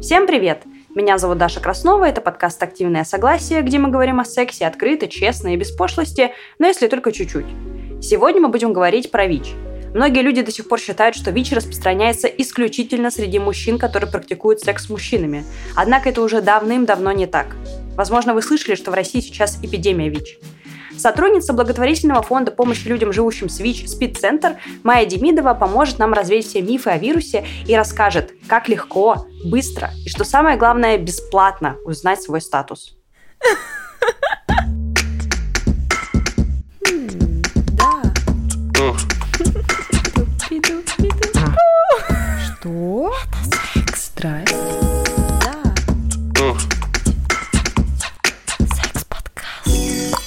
Всем привет! Меня зовут Даша Краснова, это подкаст «Активное согласие», где мы говорим о сексе открыто, честно и без пошлости, но если только чуть-чуть. Сегодня мы будем говорить про ВИЧ. Многие люди до сих пор считают, что ВИЧ распространяется исключительно среди мужчин, которые практикуют секс с мужчинами. Однако это уже давным-давно не так. Возможно, вы слышали, что в России сейчас эпидемия ВИЧ. Сотрудница благотворительного фонда помощи людям, живущим с ВИЧ, СПИД-центр Майя Демидова поможет нам развеять все мифы о вирусе и расскажет, как легко, быстро и, что самое главное, бесплатно узнать свой статус. Что? Это секс. Страсть? Да. Секс-подкаст.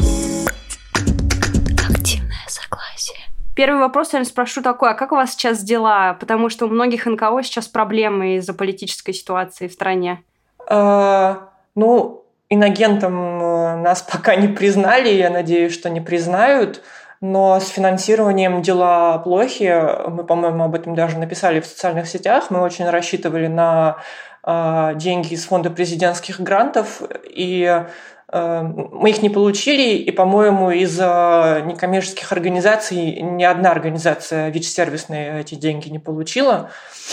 Активное согласие. Первый вопрос я спрошу такой, а как у вас сейчас дела? Потому что у многих НКО сейчас проблемы из-за политической ситуации в стране. Инагентом нас пока не признали, я надеюсь, что не признают, но с финансированием дела плохи. Мы, по-моему, об этом даже написали в социальных сетях. Мы очень рассчитывали на деньги из фонда президентских грантов, и мы их не получили, и, по-моему, из некоммерческих организаций ни одна организация ВИЧ-сервисная эти деньги не получила.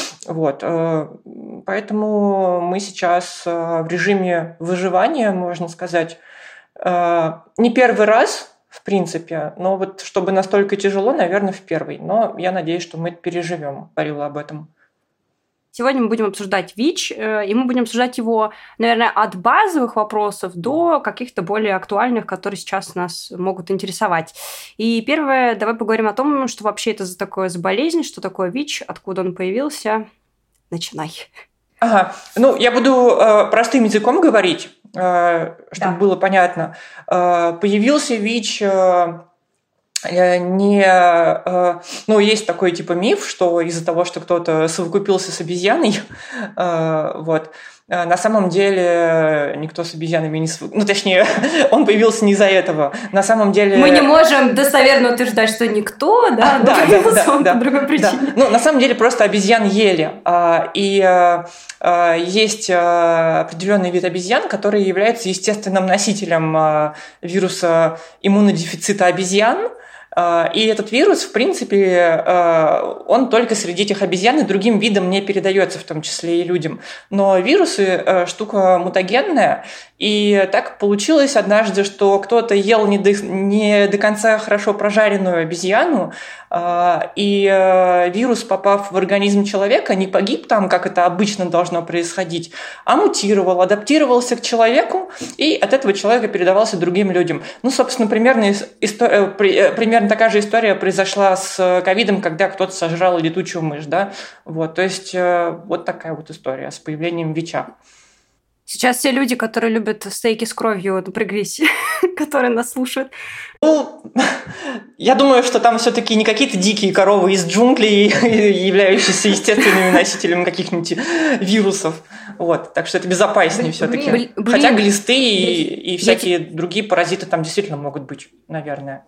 Поэтому мы сейчас в режиме выживания, можно сказать, не первый раз, в принципе, но вот чтобы настолько тяжело, наверное, в первый. Но я надеюсь, что мы это переживем. Говорила об этом. Сегодня мы будем обсуждать ВИЧ, и мы будем обсуждать его, наверное, от базовых вопросов до каких-то более актуальных, которые сейчас нас могут интересовать. И первое, давай поговорим о том, что вообще это за такое болезнь, что такое ВИЧ, откуда он появился. Начинай. Ага. Я буду простым языком говорить, чтобы было понятно. Появился ВИЧ... есть такой типа миф, что из-за того, что кто-то совокупился с обезьяной, на самом деле никто с обезьянами не совокупился. Он появился не из-за этого. На самом деле... Мы не можем достоверно утверждать, что никто, появился он по другой причине. На самом деле просто обезьян ели. И есть определенный вид обезьян, который является естественным носителем вируса иммунодефицита обезьян. И этот вирус, в принципе, он только среди этих обезьян и другим видам не передается, в том числе и людям. Но вирусы – штука мутагенная, и так получилось однажды, что кто-то ел не до конца хорошо прожаренную обезьяну, и вирус, попав в организм человека, не погиб там, как это обычно должно происходить, а мутировал, адаптировался к человеку, и от этого человека передавался другим людям. Собственно, примерно такая же история произошла с ковидом, когда кто-то сожрал летучую мышь, да? То есть вот такая вот история с появлением ВИЧа. Сейчас все люди, которые любят стейки с кровью, напряглись, которые нас слушают. Я думаю, что там все-таки не какие-то дикие коровы из джунглей, являющиеся естественными носителями каких-нибудь вирусов. Так что это безопаснее все-таки. Хотя глисты и всякие другие паразиты там действительно могут быть, наверное.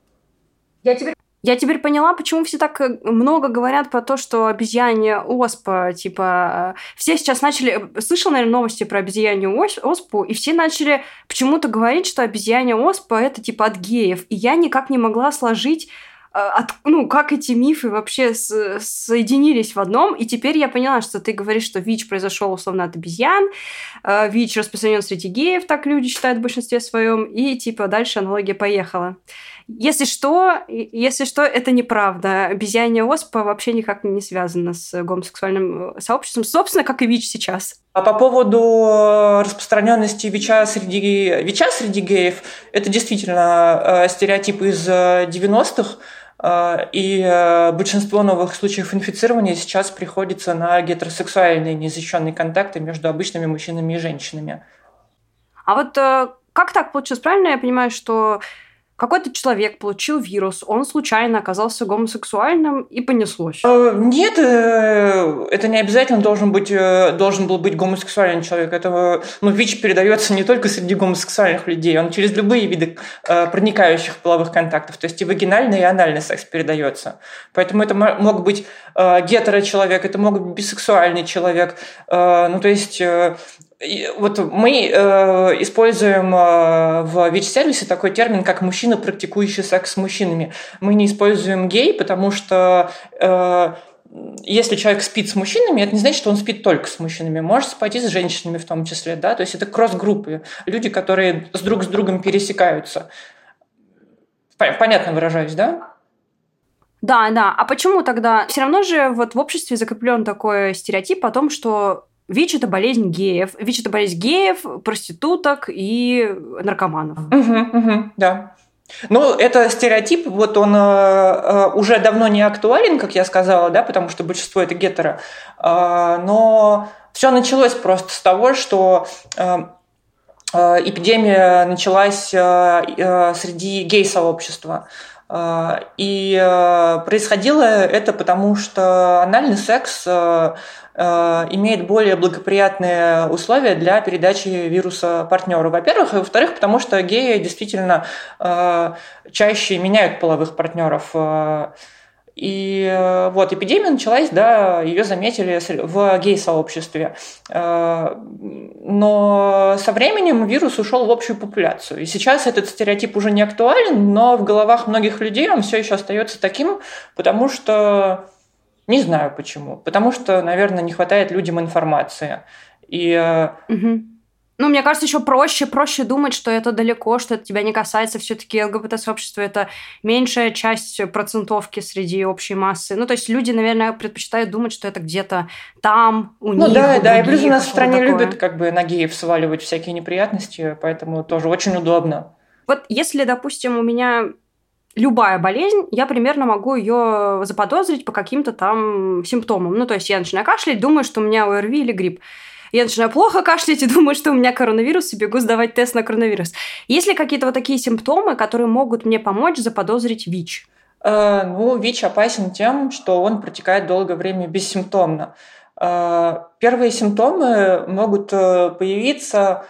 Я теперь поняла, почему все так много говорят про то, что обезьянья оспа, все сейчас начали... Слышал, наверное, новости про обезьянью оспу, и все начали почему-то говорить, что обезьянья оспа – это от геев. И я никак не могла сложить, как эти мифы вообще соединились в одном. И теперь я поняла, что ты говоришь, что ВИЧ произошел условно от обезьян, ВИЧ распространен среди геев, так люди считают в большинстве своем, и дальше аналогия поехала. Если что, это неправда. Обезьянья оспа вообще никак не связана с гомосексуальным сообществом, собственно, как и ВИЧ сейчас. А по поводу распространенности ВИЧа среди геев, это действительно стереотип из 90-х, и большинство новых случаев инфицирования сейчас приходится на гетеросексуальные незащищенные контакты между обычными мужчинами и женщинами. А как так получилось? Правильно я понимаю, что Какой-то человек получил вирус, он случайно оказался гомосексуальным и понеслось. Нет, это не обязательно должен был быть гомосексуальный человек. ВИЧ передается не только среди гомосексуальных людей, он через любые виды проникающих половых контактов, то есть и вагинальный, и анальный секс передается. Поэтому это мог быть гетерочеловек, это мог быть бисексуальный человек. Вот мы используем в ВИЧ-сервисе такой термин, как «мужчина, практикующий секс с мужчинами». Мы не используем гей, потому что если человек спит с мужчинами, это не значит, что он спит только с мужчинами. Может спать и с женщинами в том числе. Да? То есть это кросс-группы, люди, которые друг с другом пересекаются. Понятно выражаюсь, да? Да. А почему тогда? Все равно же вот в обществе закреплен такой стереотип о том, что ВИЧ – это болезнь геев. ВИЧ – это болезнь геев, проституток и наркоманов. Да. Это стереотип, вот он уже давно не актуален, как я сказала, да, потому что большинство это гетеро. Но все началось просто с того, что эпидемия началась среди гей-сообщества. И происходило это потому, что анальный секс имеет более благоприятные условия для передачи вируса партнеру, во-первых, и во-вторых, потому что геи действительно чаще меняют половых партнеров. И вот эпидемия началась, да, ее заметили в гей-сообществе. Но со временем вирус ушел в общую популяцию. И сейчас этот стереотип уже не актуален, но в головах многих людей он все еще остается таким, потому что не знаю почему. Потому что, наверное, не хватает людям информации. Мне кажется, еще проще думать, что это далеко, что это тебя не касается. Все-таки ЛГБТ-сообщество – это меньшая часть процентовки среди общей массы. То есть люди, наверное, предпочитают думать, что это где-то там, у них, да. И плюс у нас в стране любят на геев сваливать всякие неприятности, поэтому тоже очень удобно. Вот если, допустим, у меня любая болезнь, я примерно могу ее заподозрить по каким-то там симптомам. То есть я начинаю кашлять, думаю, что у меня ОРВИ или грипп. Я начинаю плохо кашлять и думаю, что у меня коронавирус, и бегу сдавать тест на коронавирус. Есть ли какие-то вот такие симптомы, которые могут мне помочь заподозрить ВИЧ? ВИЧ опасен тем, что он протекает долгое время бессимптомно. Первые симптомы могут появиться,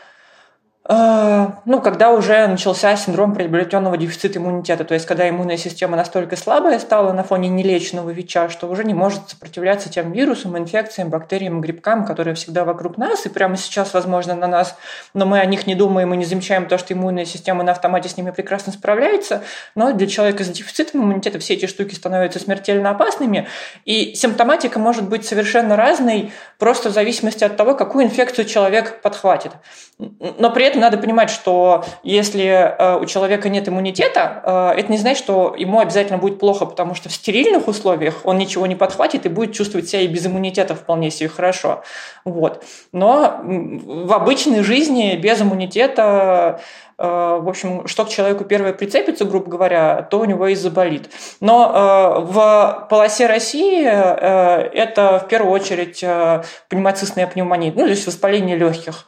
когда уже начался синдром приобретенного дефицита иммунитета, то есть когда иммунная система настолько слабая стала на фоне нелеченного ВИЧа, что уже не может сопротивляться тем вирусам, инфекциям, бактериям, грибкам, которые всегда вокруг нас и прямо сейчас, возможно, на нас, но мы о них не думаем и не замечаем то, что иммунная система на автомате с ними прекрасно справляется, но для человека с дефицитом иммунитета все эти штуки становятся смертельно опасными, и симптоматика может быть совершенно разной, просто в зависимости от того, какую инфекцию человек подхватит. Но при этом надо понимать, что если у человека нет иммунитета, это не значит, что ему обязательно будет плохо, потому что в стерильных условиях он ничего не подхватит и будет чувствовать себя и без иммунитета вполне себе хорошо. Вот. Но в обычной жизни без иммунитета, в общем, что к человеку первое прицепится, грубо говоря, то у него и заболит. Но в полосе России это в первую очередь пневмоцистная пневмония, то есть воспаление легких.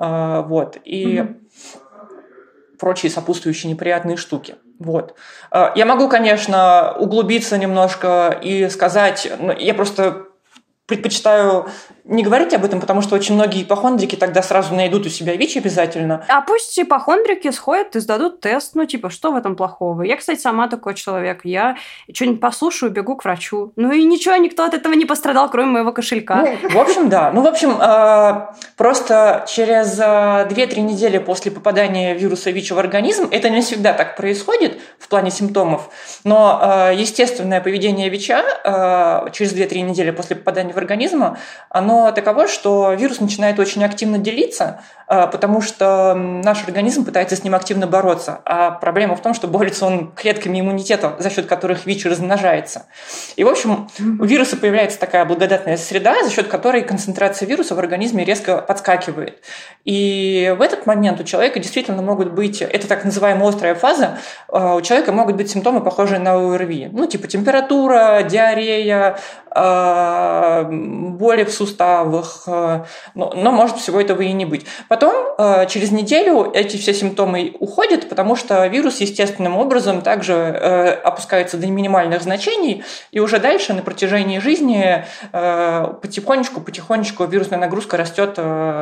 И прочие сопутствующие неприятные штуки. Я могу, конечно, углубиться немножко и сказать, я просто предпочитаю не говорить об этом, потому что очень многие ипохондрики тогда сразу найдут у себя ВИЧ обязательно. А пусть ипохондрики сходят и сдадут тест, что в этом плохого? Я, кстати, сама такой человек. Я что-нибудь послушаю, бегу к врачу. И ничего, никто от этого не пострадал, кроме моего кошелька. В общем, да. Просто через 2-3 недели после попадания вируса ВИЧ в организм, это не всегда так происходит в плане симптомов, но естественное поведение ВИЧа через 2-3 недели после попадания в организм, оно таково, что вирус начинает очень активно делиться, потому что наш организм пытается с ним активно бороться. А проблема в том, что борется он клетками иммунитета, за счет которых ВИЧ размножается. И, в общем, у вируса появляется такая благодатная среда, за счет которой концентрация вируса в организме резко подскакивает. И в этот момент у человека действительно могут быть, это так называемая острая фаза, у человека могут быть симптомы, похожие на ОРВИ. Типа температура, диарея, боли в суставах, суставах, но может всего этого и не быть. Потом через неделю эти все симптомы уходят, потому что вирус естественным образом также опускается до минимальных значений, и уже дальше на протяжении жизни потихонечку вирусная нагрузка растет,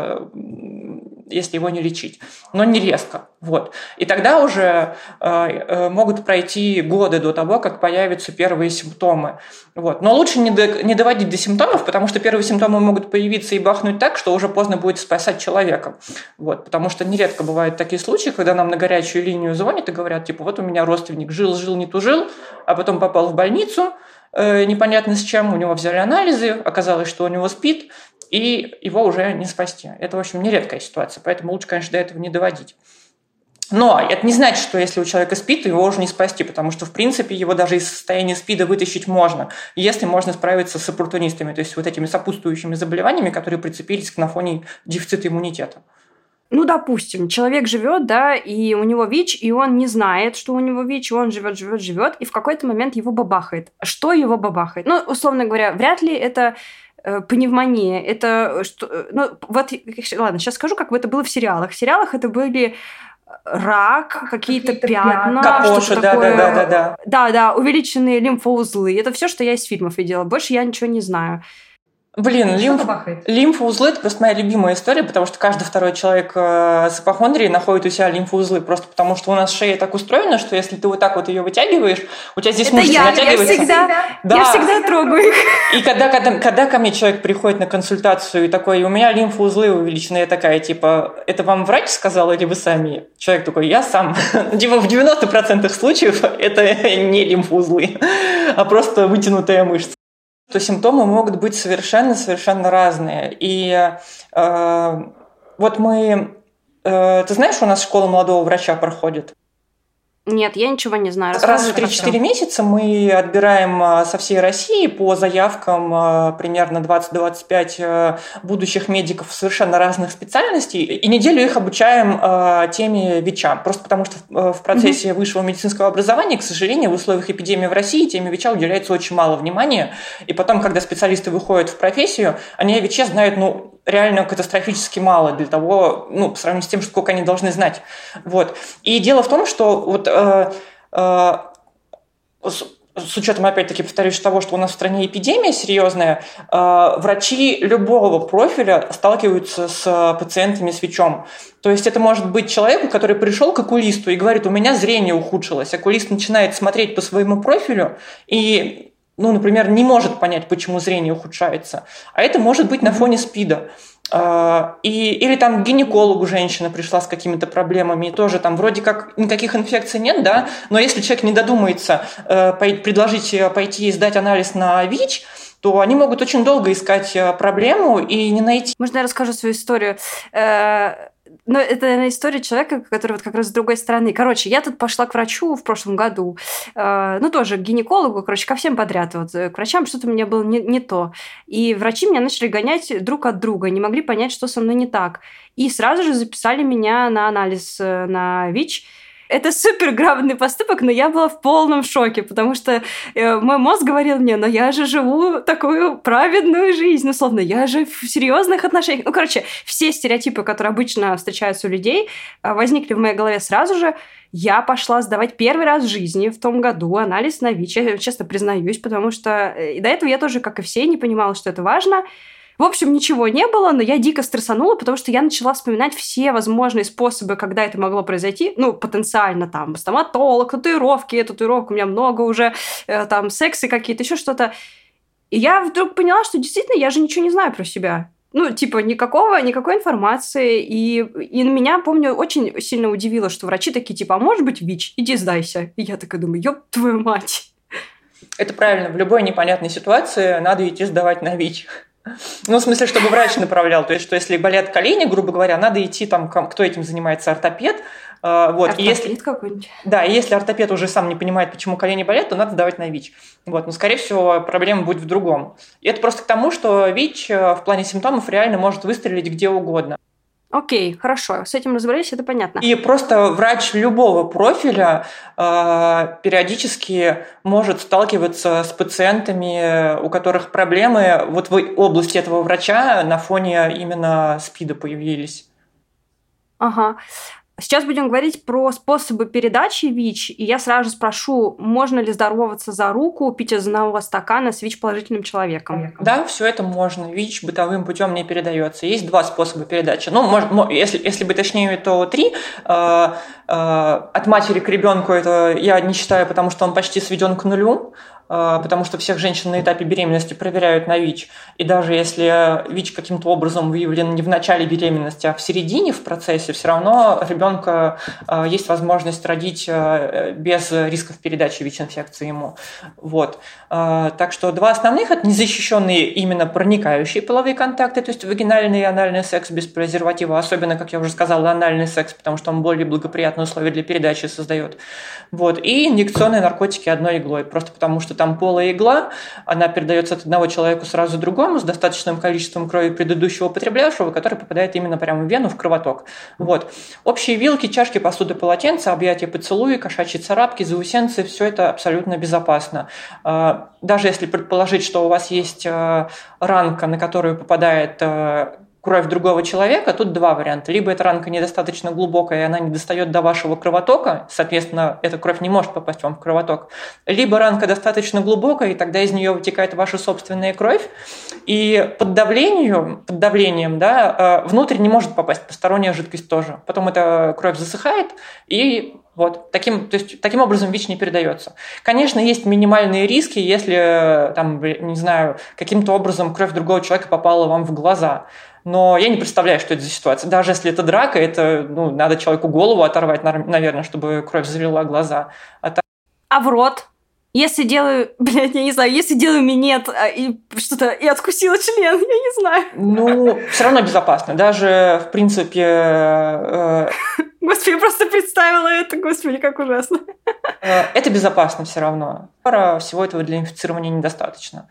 если его не лечить, но не резко. Вот. И тогда уже могут пройти годы до того, как появятся первые симптомы. Вот. Но лучше не доводить до симптомов, потому что первые симптомы могут появиться и бахнуть так, что уже поздно будет спасать человека. Вот. Потому что нередко бывают такие случаи, когда нам на горячую линию звонят и говорят, типа, вот у меня родственник жил, не тужил, а потом попал в больницу, непонятно с чем, у него взяли анализы, оказалось, что у него СПИД, и его уже не спасти. Это, в общем, нередкая ситуация, поэтому лучше, конечно, до этого не доводить. Но это не значит, что если у человека СПИД, то его уже не спасти, потому что, в принципе, его даже из состояния СПИДа вытащить можно, если можно справиться с оппортунистами, то есть вот этими сопутствующими заболеваниями, которые прицепились на фоне дефицита иммунитета. Ну, допустим, человек живет, да, и у него ВИЧ, и он не знает, что у него ВИЧ, и он живет, и в какой-то момент его бабахает. Что его бабахает? Ну, условно говоря, вряд ли это пневмония, это что... Ну, вот, ладно, сейчас скажу, как это было в сериалах. В сериалах это были рак, какие-то пятна, Кокоши, что-то такое. Да. Да, увеличенные лимфоузлы. Это все, что я из фильмов видела. Больше я ничего не знаю. Блин, лимфоузлы – это просто моя любимая история, потому что каждый второй человек с ипохондрией находит у себя лимфоузлы, просто потому что у нас шея так устроена, что если ты вот так вот ее вытягиваешь, у тебя здесь мышцы натягиваются. Я всегда трогаю их. И когда ко мне человек приходит на консультацию и такой, у меня лимфоузлы увеличены, я такая, типа, это вам врач сказал или вы сами? Человек такой, я сам. Типа в 90% случаев это не лимфоузлы, а просто вытянутая мышца. То симптомы могут быть совершенно разные. И вот мы... ты знаешь, у нас школа молодого врача проходит? Нет, я ничего не знаю. Раз в 3-4 месяца мы отбираем со всей России по заявкам примерно 20-25 будущих медиков совершенно разных специальностей, и неделю их обучаем теме ВИЧа. Просто потому что в процессе высшего медицинского образования, к сожалению, в условиях эпидемии в России теме ВИЧа уделяется очень мало внимания, и потом, когда специалисты выходят в профессию, они о ВИЧе знают, реально катастрофически мало для того, по сравнению с тем, сколько они должны знать. Вот. И дело в том, что вот с учетом, опять-таки, повторюсь, того, что у нас в стране эпидемия серьезная, врачи любого профиля сталкиваются с пациентами с ВИЧом. То есть это может быть человек, который пришел к окулисту и говорит, у меня зрение ухудшилось. Окулист начинает смотреть по своему профилю и например, не может понять, почему зрение ухудшается. А это может быть на фоне СПИДа. Или там к гинекологу женщина пришла с какими-то проблемами, и тоже там вроде как никаких инфекций нет, да, но если человек не додумается предложить пойти и сдать анализ на ВИЧ, то они могут очень долго искать проблему и не найти. Можно я расскажу свою историю? Но это, наверное, история человека, который вот как раз с другой стороны. Короче, я тут пошла к врачу в прошлом году. Тоже к гинекологу, ко всем подряд. Вот, к врачам что-то у меня было не то. И врачи меня начали гонять друг от друга, не могли понять, что со мной не так. И сразу же записали меня на анализ на ВИЧ. Это супер грамотный поступок, но я была в полном шоке, потому что мой мозг говорил мне, но я же живу такую праведную жизнь, условно, я же в серьезных отношениях. Все стереотипы, которые обычно встречаются у людей, возникли в моей голове сразу же. Я пошла сдавать первый раз в жизни в том году анализ на ВИЧ, я честно признаюсь, потому что до этого я тоже, как и все, не понимала, что это важно. В общем, ничего не было, но я дико стрессанула, потому что я начала вспоминать все возможные способы, когда это могло произойти. Потенциально там стоматолог, татуировка у меня много уже, там сексы какие-то, еще что-то. И я вдруг поняла, что действительно я же ничего не знаю про себя. Никакой информации. И меня, помню, очень сильно удивило, что врачи такие, типа, а может быть ВИЧ? Иди сдайся. И я такая думаю, ёб твою мать. Это правильно. В любой непонятной ситуации надо идти сдавать на ВИЧ. В смысле, чтобы врач направлял. То есть, что если болят колени, грубо говоря, надо идти там, кто этим занимается, ортопед. Ортопед какой-нибудь? Да, и если ортопед уже сам не понимает, почему колени болят, то надо сдавать на ВИЧ. Но, скорее всего, проблема будет в другом. И это просто к тому, что ВИЧ в плане симптомов реально может выстрелить где угодно. Окей, хорошо, с этим разобрались, это понятно. И просто врач любого профиля периодически может сталкиваться с пациентами, у которых проблемы вот в области этого врача на фоне именно СПИДа появились. Ага. Сейчас будем говорить про способы передачи ВИЧ, и я сразу же спрошу, можно ли здороваться за руку, пить из одного стакана с ВИЧ-положительным человеком? Да, все это можно. ВИЧ бытовым путем не передается. Есть два способа передачи. Если быть точнее, то три. От матери к ребенку это я не считаю, потому что он почти сведен к нулю, потому что всех женщин на этапе беременности проверяют на ВИЧ. И даже если ВИЧ каким-то образом выявлен не в начале беременности, а в середине, в процессе, все равно ребенка есть возможность родить без рисков передачи ВИЧ-инфекции ему. Вот. Так что два основных – это незащищенные именно проникающие половые контакты, то есть вагинальный и анальный секс без презерватива, особенно, как я уже сказала, анальный секс, потому что он более благоприятные условия для передачи создает. Вот. И инъекционные наркотики одной иглой, просто потому что там полая игла, она передается от одного человека сразу другому с достаточным количеством крови предыдущего употреблявшего, который попадает именно прямо в вену, в кровоток. Вот. Общие вилки, чашки, посуды, полотенца, объятия, поцелуи, кошачьи царапки, заусенцы – все это абсолютно безопасно. Даже если предположить, что у вас есть ранка, на которую попадает кровь другого человека, тут два варианта. Либо эта ранка недостаточно глубокая, и она не достает до вашего кровотока, соответственно, эта кровь не может попасть вам в кровоток. Либо ранка достаточно глубокая, и тогда из нее вытекает ваша собственная кровь, и под давлением, внутрь не может попасть посторонняя жидкость тоже. Потом эта кровь засыхает, и вот, таким образом ВИЧ не передается. Конечно, есть минимальные риски, если каким-то образом кровь другого человека попала вам в глаза. Но я не представляю, что это за ситуация. Даже если это драка, это надо человеку голову оторвать, наверное, чтобы кровь залила глаза. А в рот? Если делаю, если делаю минет и откусила член, я не знаю. Все равно безопасно. Даже, в принципе... Господи, я просто представила это, господи, как ужасно. Это безопасно все равно. Всего этого для инфицирования недостаточно.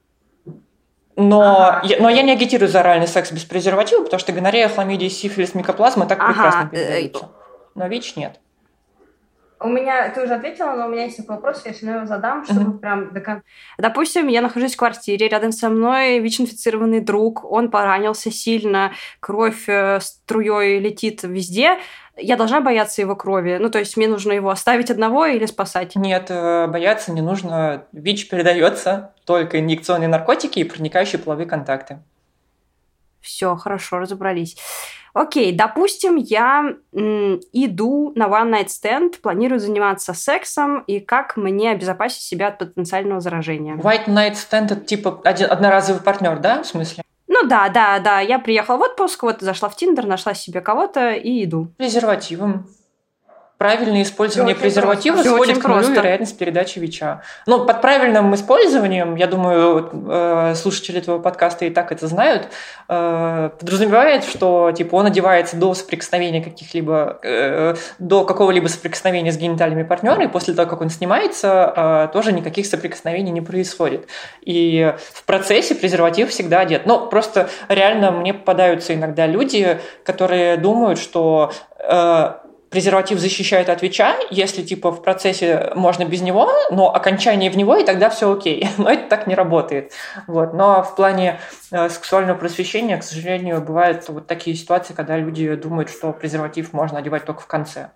Но я не агитирую за оральный секс без презерватива, потому что гонорея, хламидия, сифилис, микоплазма так прекрасно передаются. Но ВИЧ нет. Ты уже ответила, но у меня есть такой вопрос, я все равно его задам, чтобы прям до конца. Допустим, я нахожусь в квартире, рядом со мной ВИЧ-инфицированный друг, он поранился сильно, кровь струей летит везде. Я должна бояться его крови? То есть мне нужно его оставить одного или спасать? Нет, бояться не нужно. ВИЧ передается только инъекционные наркотики и проникающие половые контакты. Все, хорошо, разобрались. Окей, допустим, я иду на one night stand, планирую заниматься сексом, и как мне обезопасить себя от потенциального заражения? White night stand – это типа одноразовый партнер, да, в смысле? Да. Я приехала в отпуск, зашла в Тиндер, нашла себе кого-то и иду. Презервативом. Правильное использование презерватива сводит к нулю вероятность передачи ВИЧа. Под правильным использованием, я думаю, слушатели этого подкаста и так это знают, подразумевает, что он одевается до соприкосновения до какого-либо соприкосновения с гениталиями партнера, и после того, как он снимается, тоже никаких соприкосновений не происходит. И в процессе презерватив всегда одет. Просто реально мне попадаются иногда люди, которые думают, что презерватив защищает от ВИЧа, если в процессе можно без него, но окончание в него, и тогда все окей. Но это так не работает. Но в плане сексуального просвещения, к сожалению, бывают такие ситуации, когда люди думают, что презерватив можно одевать только в конце.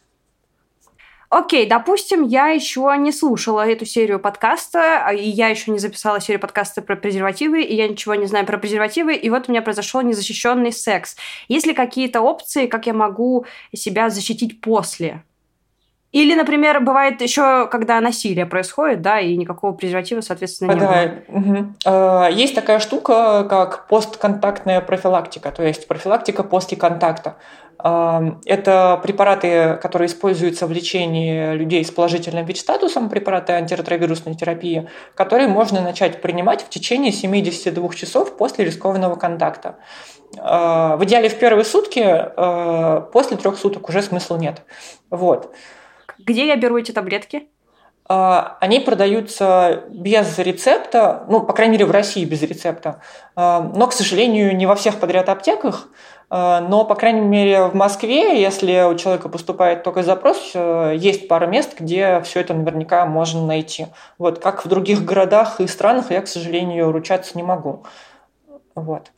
Окей, допустим, я еще не слушала эту серию подкаста, и я еще не записала серию подкаста про презервативы, и я ничего не знаю про презервативы, и у меня произошел незащищенный секс. Есть ли какие-то опции, как я могу себя защитить после? Или, например, бывает еще, когда насилие происходит, и никакого презерватива, соответственно, не было. Есть такая штука, как постконтактная профилактика, то есть профилактика после контакта. Это препараты, которые используются в лечении людей с положительным ВИЧ-статусом, препараты антиретровирусной терапии, которые можно начать принимать в течение 72 часов после рискованного контакта. В идеале в первые сутки, после 3 суток уже смысла нет. Где я беру эти таблетки? Они продаются без рецепта, ну, по крайней мере, в России без рецепта, но, к сожалению, не во всех подряд аптеках, но, по крайней мере, в Москве, если у человека поступает только запрос, есть пара мест, где все это наверняка можно найти. Вот, как в других городах и странах, я, к сожалению, ручаться не могу. Вот.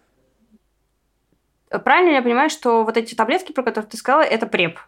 Правильно я понимаю, что вот эти таблетки, про которые ты сказала, это ПрЕП?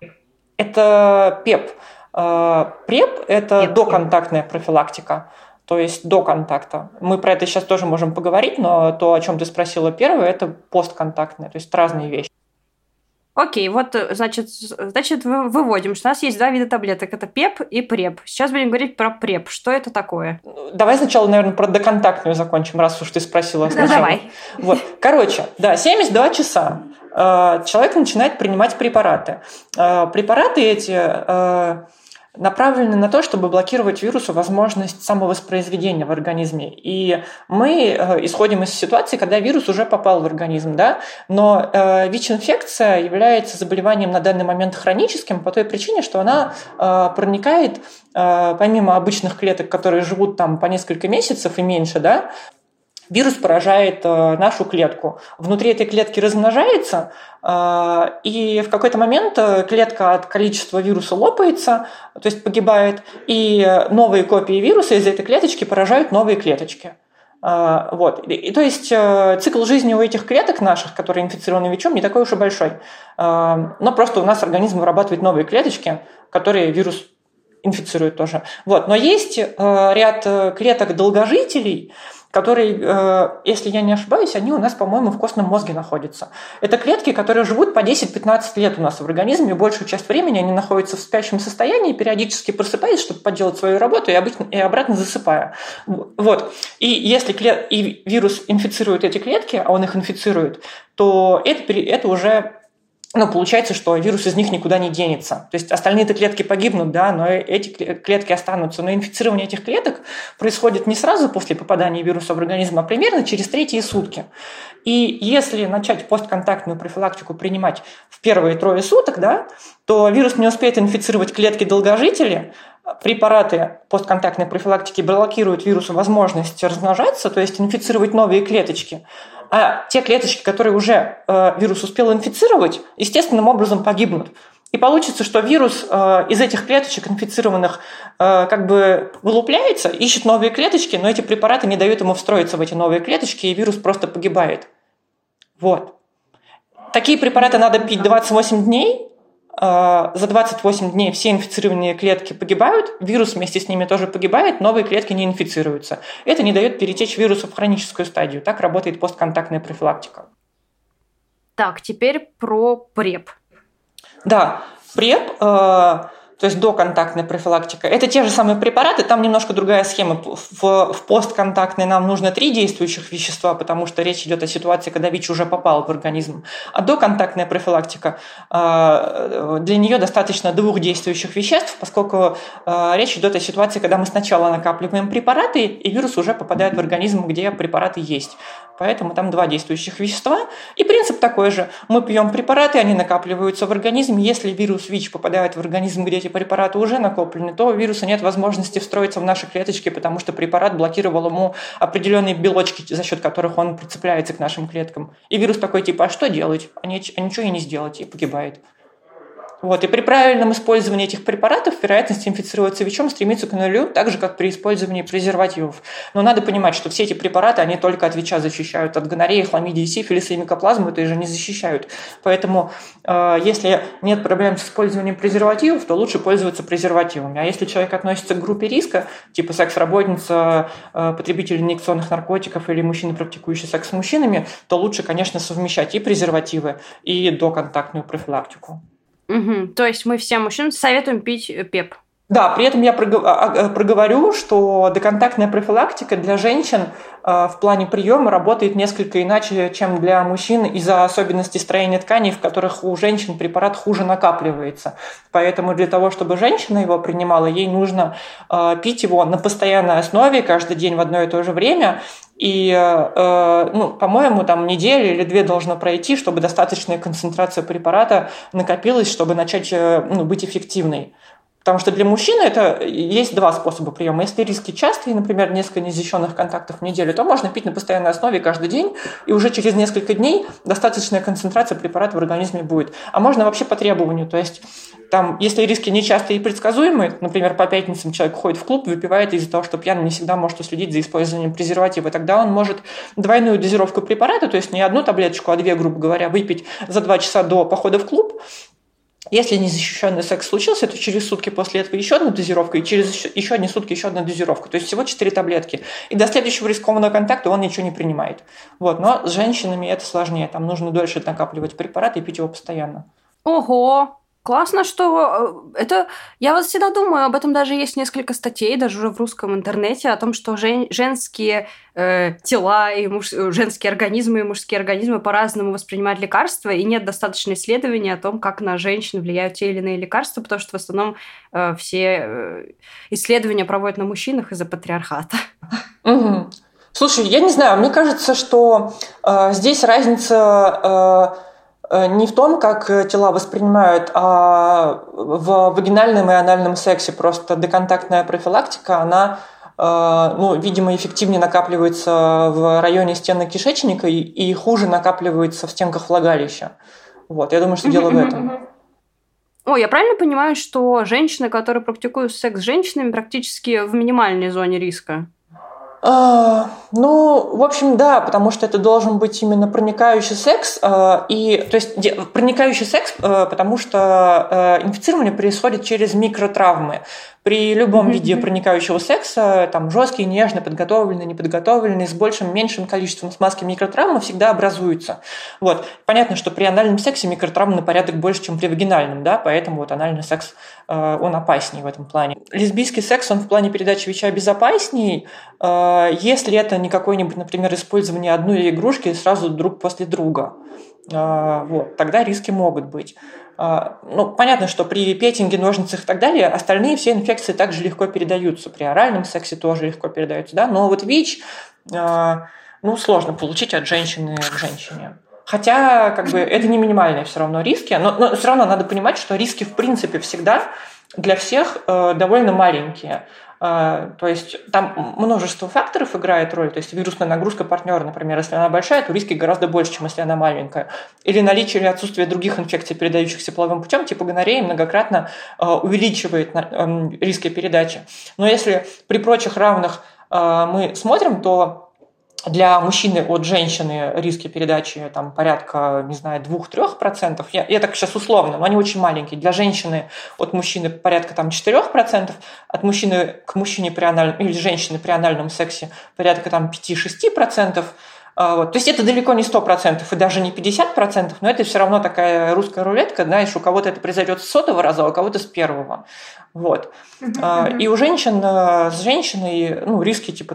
Это ПЕП. ПрЕП – это доконтактная профилактика, то есть до контакта. Мы про это сейчас тоже можем поговорить, но то, о чем ты спросила первое, это постконтактная, то есть разные вещи. Окей, вот, значит, выводим, что у нас есть два вида таблеток. Это ПЕП и ПрЕП. Сейчас будем говорить про ПрЕП. Что это такое? Давай сначала, наверное, про доконтактную закончим, раз уж ты спросила сначала. Давай. Вот. Короче, 72 часа человек начинает принимать препараты. Препараты эти направлены на то, чтобы блокировать вирусу возможность самовоспроизведения в организме. И мы исходим из ситуации, когда вирус уже попал в организм, да? Но ВИЧ-инфекция является заболеванием на данный момент хроническим по той причине, что она проникает, помимо обычных клеток, которые живут там по несколько месяцев и меньше, да, вирус поражает нашу клетку. Внутри этой клетки размножается, и в какой-то момент клетка от количества вируса лопается, то есть погибает, и новые копии вируса из этой клеточки поражают новые клеточки. Вот. И то есть цикл жизни у этих клеток наших, которые инфицированы ВИЧом, не такой уж и большой. Но просто у нас организм вырабатывает новые клеточки, которые вирус инфицирует тоже. Вот. Но есть ряд клеток-долгожителей, которые, если я не ошибаюсь, они у нас, по-моему, в костном мозге находятся. Это клетки, которые живут по 10-15 лет у нас в организме, и большую часть времени они находятся в спящем состоянии, периодически просыпаясь, чтобы поделать свою работу, и обратно засыпая. Вот. И если и вирус инфицирует эти клетки, а он их инфицирует, то это уже... получается, что вирус из них никуда не денется. То есть остальные-то клетки погибнут, да, но эти клетки останутся. Но инфицирование этих клеток происходит не сразу после попадания вируса в организм, а примерно через 3 сутки. И если начать постконтактную профилактику принимать в первые 3 суток, да, то вирус не успеет инфицировать клетки-долгожители, препараты постконтактной профилактики блокируют вирусу возможность размножаться, то есть инфицировать новые клеточки. А те клеточки, которые уже вирус успел инфицировать, естественным образом погибнут. И получится, что вирус из этих клеточек инфицированных как бы вылупляется, ищет новые клеточки, но эти препараты не дают ему встроиться в эти новые клеточки, и вирус просто погибает. Вот. Такие препараты надо пить 28 дней. За 28 дней все инфицированные клетки погибают, вирус вместе с ними тоже погибает, новые клетки не инфицируются. Это не дает перетечь вирусу в хроническую стадию. Так работает постконтактная профилактика. Так, теперь про ПрЕП. Да, ПрЕП, то есть доконтактная профилактика, это те же самые препараты, там немножко другая схема. В постконтактной нам нужно 3 действующих вещества, потому что речь идет о ситуации, когда ВИЧ уже попал в организм. А доконтактная профилактика, для нее достаточно 2 действующих веществ, поскольку речь идет о ситуации, когда мы сначала накапливаем препараты, и вирус уже попадает в организм, где препараты есть. Поэтому там 2 действующих вещества. И принцип такой же. Мы пьем препараты, они накапливаются в организме. Если вирус ВИЧ попадает в организм, где эти препараты уже накоплены, то у вируса нет возможности встроиться в наши клеточки, потому что препарат блокировал ему определенные белочки, за счет которых он прицепляется к нашим клеткам. И вирус такой типа, а что делать? А ничего и не сделать, и погибает. Вот. И при правильном использовании этих препаратов вероятность инфицироваться ВИЧом стремится к нулю, так же, как при использовании презервативов. Но надо понимать, что все эти препараты, они только от ВИЧа защищают, от гонореи, хламидии, сифилиса и микоплазмы это же не защищают. Поэтому, если нет проблем с использованием презервативов, то лучше пользоваться презервативами. А если человек относится к группе риска, типа секс-работница, потребитель инъекционных наркотиков или мужчина, практикующий секс с мужчинами, то лучше, конечно, совмещать и презервативы, и доконтактную профилактику. Угу. То есть мы всем мужчинам советуем пить ПЕП. Да, при этом я проговорю, что доконтактная профилактика для женщин в плане приема работает несколько иначе, чем для мужчин из-за особенностей строения тканей, в которых у женщин препарат хуже накапливается. Поэтому для того, чтобы женщина его принимала, ей нужно пить его на постоянной основе каждый день в одно и то же время. И, по-моему, там неделю или 2 должно пройти, чтобы достаточная концентрация препарата накопилась, чтобы начать быть эффективной. Потому что для мужчины это есть два способа приема. Если риски частые, например, несколько незащищенных контактов в неделю, то можно пить на постоянной основе каждый день, и уже через несколько дней достаточная концентрация препарата в организме будет. А можно вообще по требованию. То есть, там, если риски нечастые и предсказуемые, например, по пятницам человек ходит в клуб, выпивает из-за того, что пьяный не всегда может уследить за использованием презерватива, тогда он может двойную дозировку препарата, то есть не одну таблеточку, а две, грубо говоря, выпить за 2 часа до похода в клуб. Если незащищенный секс случился, то через сутки после этого еще одна дозировка, и через еще одни сутки еще одна дозировка. То есть всего 4 таблетки. И до следующего рискованного контакта он ничего не принимает. Вот. Но с женщинами это сложнее. Там нужно дольше накапливать препарат и пить его постоянно. Ого! Классно, что это... Я вот всегда думаю, об этом даже есть несколько статей, даже уже в русском интернете, о том, что женские тела и женские организмы и мужские организмы по-разному воспринимают лекарства, и нет достаточно исследований о том, как на женщин влияют те или иные лекарства, потому что в основном все исследования проводят на мужчинах из-за патриархата. Угу. Слушай, я не знаю, мне кажется, что здесь разница... не в том, как тела воспринимают, а в вагинальном и анальном сексе. Просто деконтактная профилактика, она, видимо, эффективнее накапливается в районе стенок кишечника и хуже накапливается в стенках влагалища. Вот, я думаю, что дело в этом. Я правильно понимаю, что женщины, которые практикуют секс с женщинами, практически в минимальной зоне риска? В общем, да, потому что это должен быть именно проникающий секс, то есть проникающий секс, потому что инфицирование происходит через микротравмы. При любом виде проникающего секса, там жесткий, нежный, подготовленный, неподготовленный, с большим, меньшим количеством смазки микротравмы всегда образуются. Вот. Понятно, что при анальном сексе микротравмы на порядок больше, чем при вагинальном, да, поэтому вот анальный секс, он опаснее в этом плане. Лесбийский секс, он в плане передачи ВИЧа безопасней, если это не какое-нибудь, например, использование одной игрушки сразу друг после друга. Вот. Тогда риски могут быть. Понятно, что при петинге, ножницах и так далее остальные все инфекции также легко передаются. При оральном сексе тоже легко передаются, да? Но вот ВИЧ, сложно получить от женщины к женщине. Хотя, это не минимальные все равно риски, но все равно надо понимать, что риски в принципе всегда для всех довольно маленькие. То есть там множество факторов играет роль. То есть вирусная нагрузка партнера, например, если она большая, то риски гораздо больше, чем если она маленькая. Или наличие или отсутствие других инфекций, передающихся половым путем, типа гонореи, многократно увеличивает риски передачи. Но если при прочих равных мы смотрим, то для мужчины от женщины риски передачи там, порядка, 2-3%. Я так сейчас условно, но они очень маленькие. Для женщины от мужчины порядка 4%, от мужчины к мужчине при анальном, или женщины при анальном сексе порядка 5-6%. Вот. То есть это далеко не 100% и даже не 50%, но это все равно такая русская рулетка, знаешь, у кого-то это произойдет с 100-го раза, а у кого-то с 1-го. Вот. И у женщин с женщиной риски типа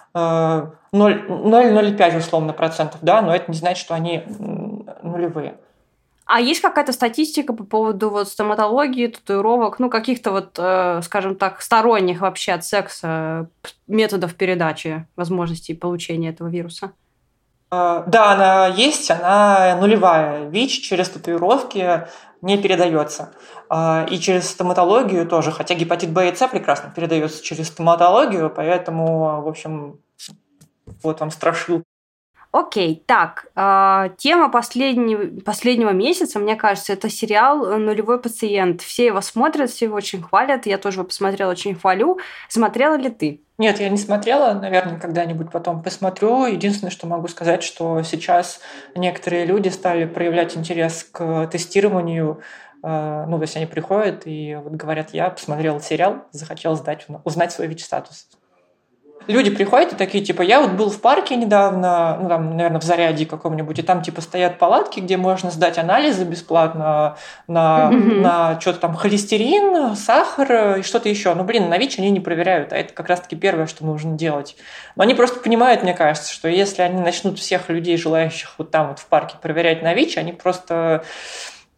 0,05 условно процентов, да, но это не значит, что они нулевые. А есть какая-то статистика по поводу стоматологии, татуировок, каких-то скажем так, сторонних вообще от секса методов передачи возможностей получения этого вируса? Да, она есть, она нулевая. ВИЧ через татуировки не передается. И через стоматологию тоже, хотя гепатит Б и С прекрасно передается через стоматологию, поэтому, в общем, вот вам страшилка. Окей, так, тема последнего месяца, мне кажется, это сериал «Нулевой пациент». Все его смотрят, все его очень хвалят, я тоже его посмотрела, очень хвалю. Смотрела ли ты? Нет, я не смотрела, наверное, когда-нибудь потом посмотрю. Единственное, что могу сказать, что сейчас некоторые люди стали проявлять интерес к тестированию. То есть они приходят и говорят, я посмотрел сериал, захотел узнать свой ВИЧ-статус. Люди приходят и такие, я был в парке недавно, наверное, в Зарядье каком-нибудь, и там, стоят палатки, где можно сдать анализы бесплатно на что-то там, холестерин, сахар и что-то еще. На ВИЧ они не проверяют, а это как раз-таки первое, что нужно делать. Но они просто понимают, мне кажется, что если они начнут всех людей, желающих там в парке, проверять на ВИЧ, они просто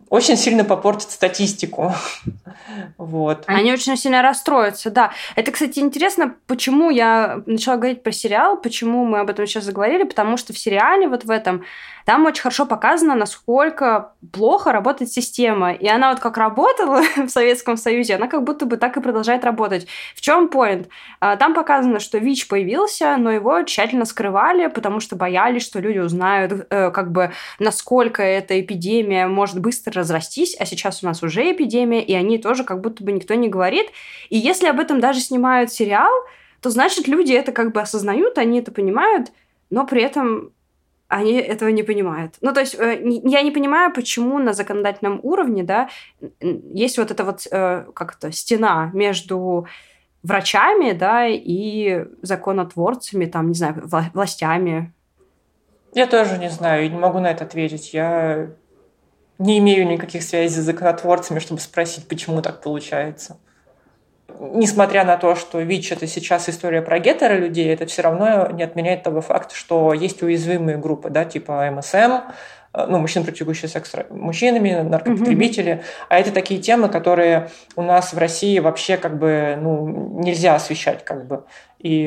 очень сильно попортит статистику. Вот. Они очень сильно расстроятся, да. Это, кстати, интересно, почему я начала говорить про сериал, почему мы об этом сейчас заговорили, потому что в сериале вот в этом там очень хорошо показано, насколько плохо работает система. И она вот как работала в Советском Союзе, она как будто бы так и продолжает работать. В чем поинт? Там показано, что ВИЧ появился, но его тщательно скрывали, потому что боялись, что люди узнают, как бы, насколько эта эпидемия может быстро разрастись, а сейчас у нас уже эпидемия, и они тоже как будто бы никто не говорит. И если об этом даже снимают сериал, то значит люди это как бы осознают, они это понимают, но при этом они этого не понимают. Ну, то есть я не понимаю, почему на законодательном уровне, да, есть вот эта вот как-то стена между врачами, да, и законотворцами, там, не знаю, властями. Я тоже не знаю, не могу на это ответить. Я не имею никаких связей с законотворцами, чтобы спросить, почему так получается. Несмотря на то, что ВИЧ – это сейчас история про гетеролюдей, это все равно не отменяет того факта, что есть уязвимые группы, да, типа МСМ, ну, мужчин, практикующие секс с мужчинами, наркопотребители. А это такие темы, которые у нас в России вообще как бы, ну, нельзя освещать как бы. И,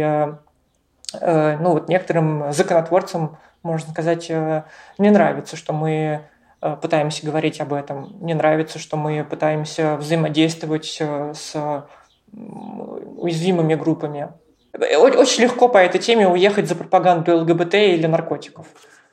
ну, вот некоторым законотворцам, можно сказать, не нравится, что мы пытаемся говорить об этом. Не нравится, что мы пытаемся взаимодействовать с уязвимыми группами. Очень легко по этой теме уехать за пропаганду ЛГБТ или наркотиков.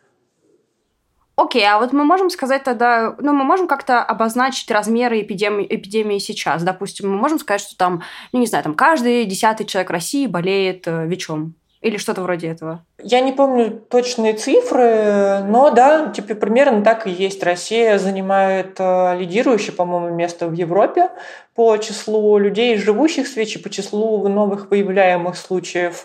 Окей, а вот мы можем сказать тогда, ну, мы можем как-то обозначить размеры эпидемии сейчас. Допустим, мы можем сказать, что там, ну, не знаю, там каждый 10-й человек России болеет ВИЧом. Или что-то вроде этого. Я не помню точные цифры, но да, типа примерно так и есть. Россия занимает лидирующее, по-моему, место в Европе по числу людей, живущих с ВИЧ, по числу новых выявляемых случаев.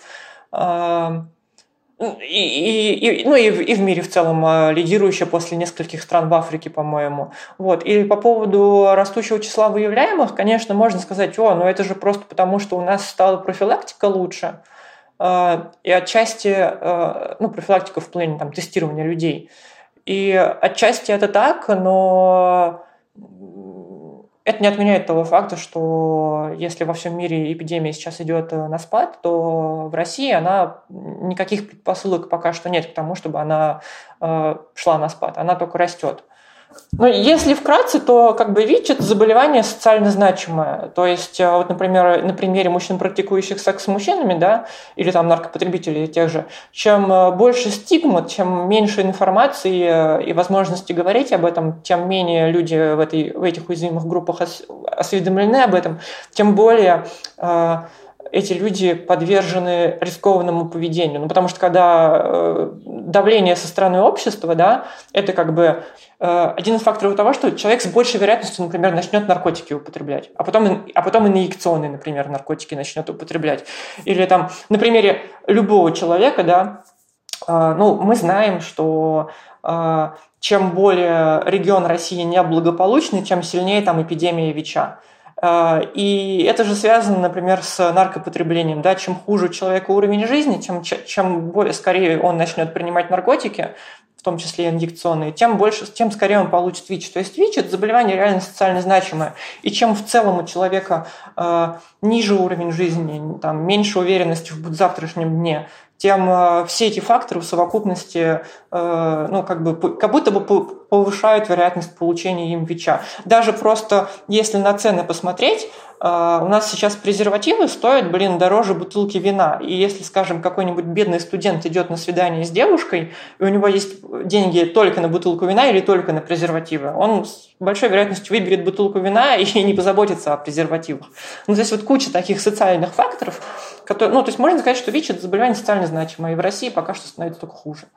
И в мире в целом лидирующая после нескольких стран в Африке, по-моему. Вот. И по поводу растущего числа выявляемых, конечно, можно сказать, но это же просто потому, что у нас стала профилактика лучше. И отчасти, ну, профилактика в плане там, тестирования людей. И отчасти это так, но это не отменяет того факта, что если во всем мире эпидемия сейчас идет на спад, то в России она никаких предпосылок пока что нет к тому, чтобы она шла на спад. Она только растет. Ну, если вкратце, то как бы ВИЧ – это заболевание социально значимое. То есть, вот, например, на примере мужчин, практикующих секс с мужчинами, да, или там наркопотребителей тех же, чем больше стигмы, чем меньше информации и возможности говорить об этом, тем менее люди в этих уязвимых группах осведомлены об этом, тем более эти люди подвержены рискованному поведению. Ну, потому что когда давление со стороны общества, да, это как бы один из факторов того, что человек с большей вероятностью, например, начнет наркотики употреблять, а потом инъекционные, например, наркотики начнет употреблять. Или там на примере любого человека, да, ну, мы знаем, что чем более регион России неблагополучный, тем сильнее там эпидемия ВИЧа. И это же связано, например, с наркопотреблением. Да? Чем хуже у человека уровень жизни, чем скорее он начнет принимать наркотики, в том числе инъекционные, тем скорее он получит ВИЧ. То есть ВИЧ – это заболевание реально социально значимое. И чем в целом у человека ниже уровень жизни, там, меньше уверенности в завтрашнем дне, тем все эти факторы в совокупности ну, как будто бы повышают вероятность получения им ВИЧа. Даже просто если на цены посмотреть, у нас сейчас презервативы стоят, дороже бутылки вина. И если, скажем, какой-нибудь бедный студент идет на свидание с девушкой, и у него есть деньги только на бутылку вина или только на презервативы, он с большой вероятностью выберет бутылку вина и не позаботится о презервативах. Ну, здесь вот куча таких социальных факторов, которые, ну, то есть можно сказать, что ВИЧ – это заболевание социально значимое, и в России пока что становится только хуже.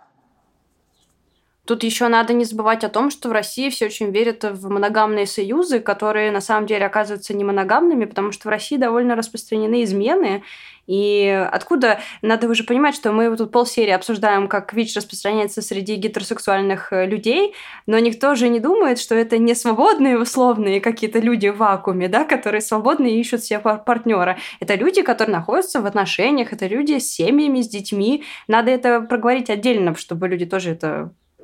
Тут еще надо не забывать о том, что в России все очень верят в моногамные союзы, которые на самом деле оказываются не моногамными, потому что в России довольно распространены измены. И откуда, надо уже понимать, что мы тут полсерии обсуждаем, как ВИЧ распространяется среди гетеросексуальных людей, но никто же не думает, что это не свободные условные какие-то люди в вакууме, да, которые свободно ищут себе партнера. Это люди, которые находятся в отношениях, это люди с семьями, с детьми. Надо это проговорить отдельно, чтобы люди тоже это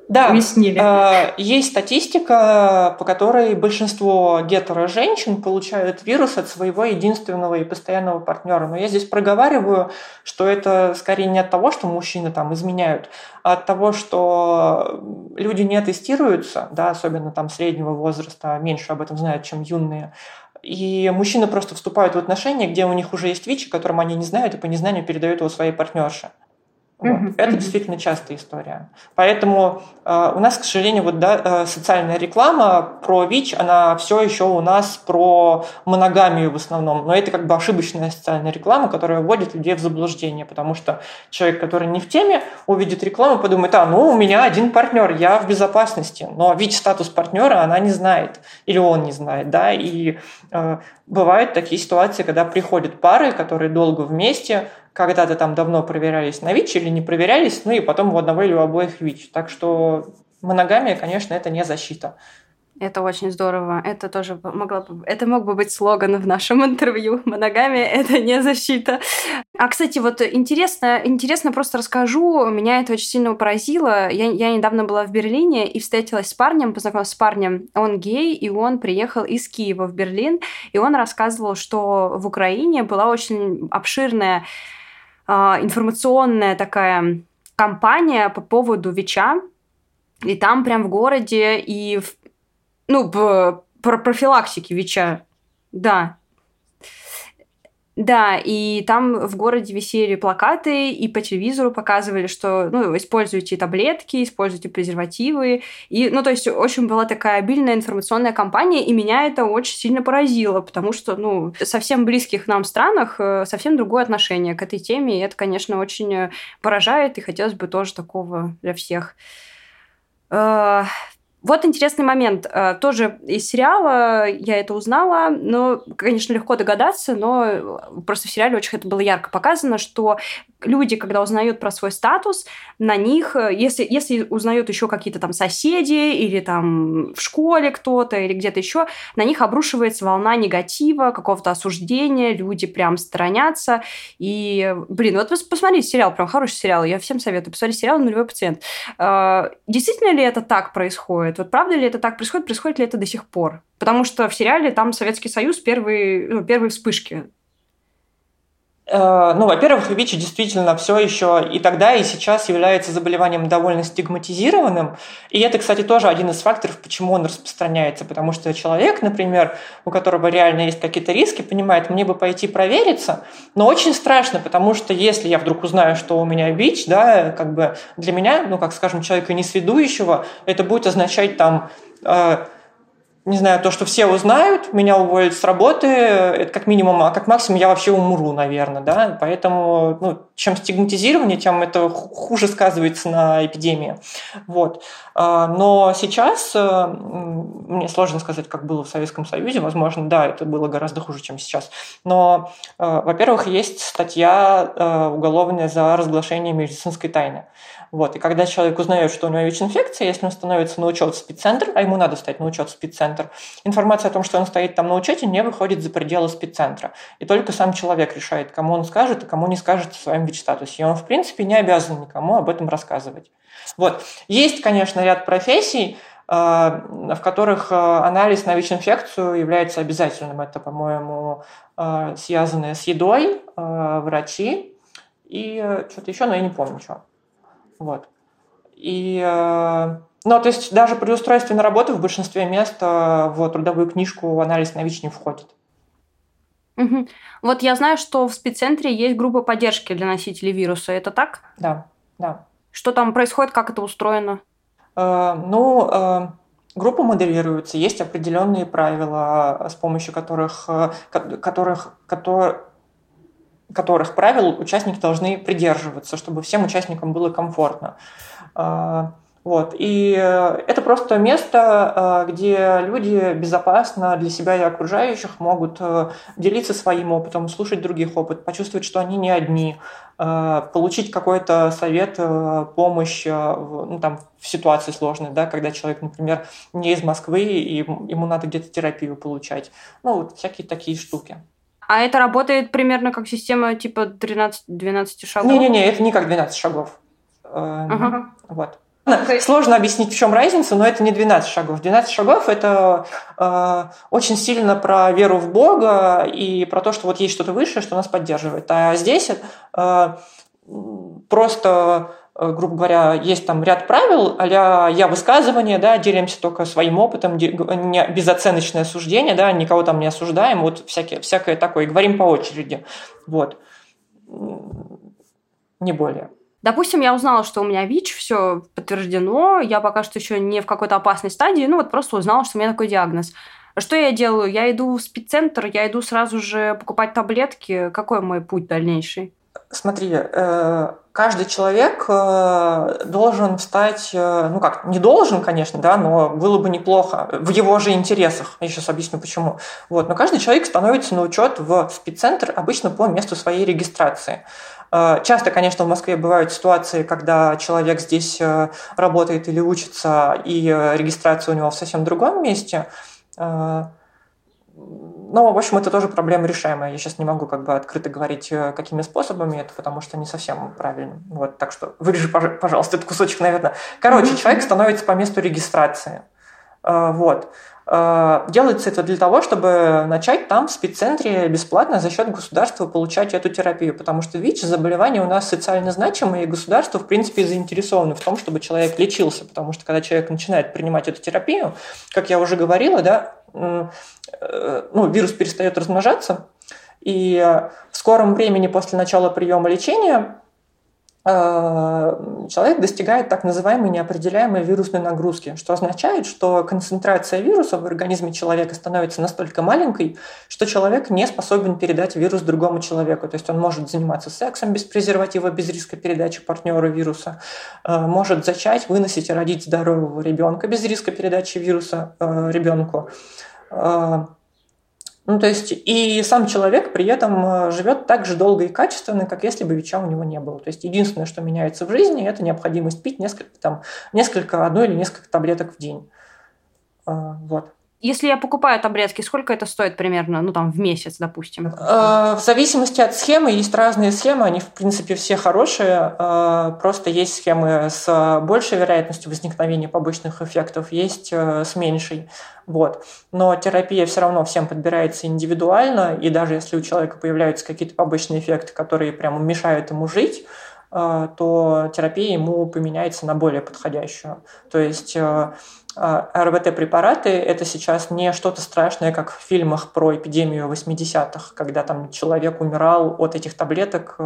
Да, уяснили. есть статистика, по которой большинство гетеро-женщин получают вирус от своего единственного и постоянного партнера. Но я здесь проговариваю, что это скорее не от того, что мужчины там изменяют, а от того, что люди не тестируются, да, особенно там среднего возраста, меньше об этом знают, чем юные. И мужчины просто вступают в отношения, где у них уже есть ВИЧ, о котором они не знают, и по незнанию передают его своей партнерше. Вот. Это действительно частая история. Поэтому у нас, к сожалению, социальная реклама про ВИЧ, она все еще у нас про моногамию в основном. Но это как бы ошибочная социальная реклама, которая вводит людей в заблуждение, потому что человек, который не в теме, увидит рекламу, подумает: у меня один партнер, я в безопасности. Но ВИЧ-статус партнера она не знает, или он не знает, да, и бывают такие ситуации, когда приходят пары, которые долго вместе, когда-то там давно проверялись на ВИЧ или не проверялись, и потом у одного или у обоих ВИЧ. Так что моногамия, конечно, это не защита. Это очень здорово. Это тоже это мог бы быть слоган в нашем интервью. Моногамия – это не защита. А, кстати, интересно просто расскажу. Меня это очень сильно поразило. Я недавно была в Берлине и встретилась с парнем, познакомилась с парнем. Он гей, и он приехал из Киева в Берлин. И он рассказывал, что в Украине была очень обширная информационная такая кампания по поводу ВИЧа. И там прям в городе и профилактики ВИЧа. Да. Да, и там в городе висели плакаты, и по телевизору показывали, что, используйте таблетки, используйте презервативы. И, то есть, очень была такая обильная информационная кампания, и меня это очень сильно поразило, потому что, в совсем близких нам странах совсем другое отношение к этой теме, и это, конечно, очень поражает, и хотелось бы тоже такого для всех. Вот интересный момент. Тоже из сериала я это узнала, но, конечно, легко догадаться, но просто в сериале очень это было ярко показано, что люди, когда узнают про свой статус, на них, если узнают еще какие-то там соседи или там в школе кто-то или где-то еще, на них обрушивается волна негатива, какого-то осуждения, люди прям сторонятся. И, вот посмотрите сериал, прям хороший сериал, я всем советую. Посмотрите сериал «Нулевой пациент». Действительно ли это так происходит? Вот правда ли это так происходит? Происходит ли это до сих пор? Потому что в сериале там Советский Союз первые вспышки. Во-первых, ВИЧ действительно все еще и тогда, и сейчас является заболеванием довольно стигматизированным. И это, кстати, тоже один из факторов, почему он распространяется. Потому что человек, например, у которого реально есть какие-то риски, понимает: мне бы пойти провериться, но очень страшно, потому что если я вдруг узнаю, что у меня ВИЧ, да, как бы для меня, человека несведущего, это будет означать там... не знаю, то, что все узнают, меня уволят с работы, это как минимум, а как максимум я вообще умру, наверное, да, поэтому, чем стигматизирование, тем это хуже сказывается на эпидемии, вот. Но сейчас, мне сложно сказать, как было в Советском Союзе, возможно, да, это было гораздо хуже, чем сейчас, но, во-первых, есть статья уголовная за разглашение медицинской тайны. Вот. И когда человек узнает, что у него ВИЧ-инфекция, если он становится на учет в спеццентр, а ему надо стать на учет в спеццентр, информация о том, что он стоит там на учете, не выходит за пределы спеццентра. И только сам человек решает, кому он скажет, а кому не скажет в своем ВИЧ-статусе. И он, в принципе, не обязан никому об этом рассказывать. Вот. Есть, конечно, ряд профессий, в которых анализ на ВИЧ-инфекцию является обязательным. Это, по-моему, связанное с едой, врачи и что-то еще, но я не помню, что. Вот. И, то есть даже при устройстве на работу в большинстве мест в трудовую книжку анализ на ВИЧ не входит. Угу. Вот я знаю, что в спеццентре есть группа поддержки для носителей вируса. Это так? Да. Что там происходит, как это устроено? Группа моделируется, есть определенные правила, с помощью которых правил участники должны придерживаться, чтобы всем участникам было комфортно. Вот. И это просто место, где люди безопасно для себя и окружающих могут делиться своим опытом, слушать других опыт, почувствовать, что они не одни, получить какой-то совет, помощь в ситуации сложной, да, когда человек, например, не из Москвы, и ему надо где-то терапию получать. Всякие такие штуки. А это работает примерно как система типа 13-12 шагов? Не, это не как 12 шагов. Ага. Вот. Сложно объяснить, в чем разница, но это не 12 шагов. 12 шагов – это очень сильно про веру в Бога и про то, что вот есть что-то высшее, что нас поддерживает. А здесь просто, грубо говоря, есть там ряд правил, а-ля я высказывание, да, делимся только своим опытом, безоценочное суждение, да, никого там не осуждаем, вот всякое такое, и говорим по очереди. Вот. Не более. Допустим, я узнала, что у меня ВИЧ, все подтверждено, я пока что еще не в какой-то опасной стадии, ну вот просто узнала, что у меня такой диагноз. Что я делаю? Я иду в спеццентр, я иду сразу же покупать таблетки. Какой мой путь дальнейший? Смотри, каждый человек должен стать, ну как, не должен, конечно, да, но было бы неплохо в его же интересах. Я сейчас объясню, почему. Вот, но каждый человек становится на учет в спеццентр обычно по месту своей регистрации. Часто, конечно, в Москве бывают ситуации, когда человек здесь работает или учится, и регистрация у него в совсем другом месте. Но, в общем, это тоже проблема решаемая. Я сейчас не могу открыто говорить, какими способами это, потому что не совсем правильно. Вот, так что вырежи, пожалуйста, этот кусочек, наверное. Короче, человек становится по месту регистрации. Вот. Делается это для того, чтобы начать там в спеццентре бесплатно за счет государства получать эту терапию, потому что ВИЧ заболевание у нас социально значимое, и государство, в принципе, заинтересовано в том, чтобы человек лечился, потому что когда человек начинает принимать эту терапию, как я уже говорила, да, вирус перестает размножаться, и в скором времени после начала приема лечения человек достигает так называемой неопределяемой вирусной нагрузки, что означает, что концентрация вируса в организме человека становится настолько маленькой, что человек не способен передать вирус другому человеку. То есть он может заниматься сексом без презерватива, без риска передачи партнеру вируса, может зачать, выносить и родить здорового ребенка без риска передачи вируса ребенку. То есть и сам человек при этом живет так же долго и качественно, как если бы ВИЧа у него не было. То есть единственное, что меняется в жизни, это необходимость пить одну или несколько таблеток в день. Вот. Если я покупаю таблетки, сколько это стоит примерно, в месяц, допустим? В зависимости от схемы, есть разные схемы, они, в принципе, все хорошие, просто есть схемы с большей вероятностью возникновения побочных эффектов, есть с меньшей. Вот. Но терапия все равно всем подбирается индивидуально, и даже если у человека появляются какие-то побочные эффекты, которые прямо мешают ему жить, то терапия ему поменяется на более подходящую. То есть РВТ-препараты – это сейчас не что-то страшное, как в фильмах про эпидемию 80-х, когда там человек умирал от этих таблеток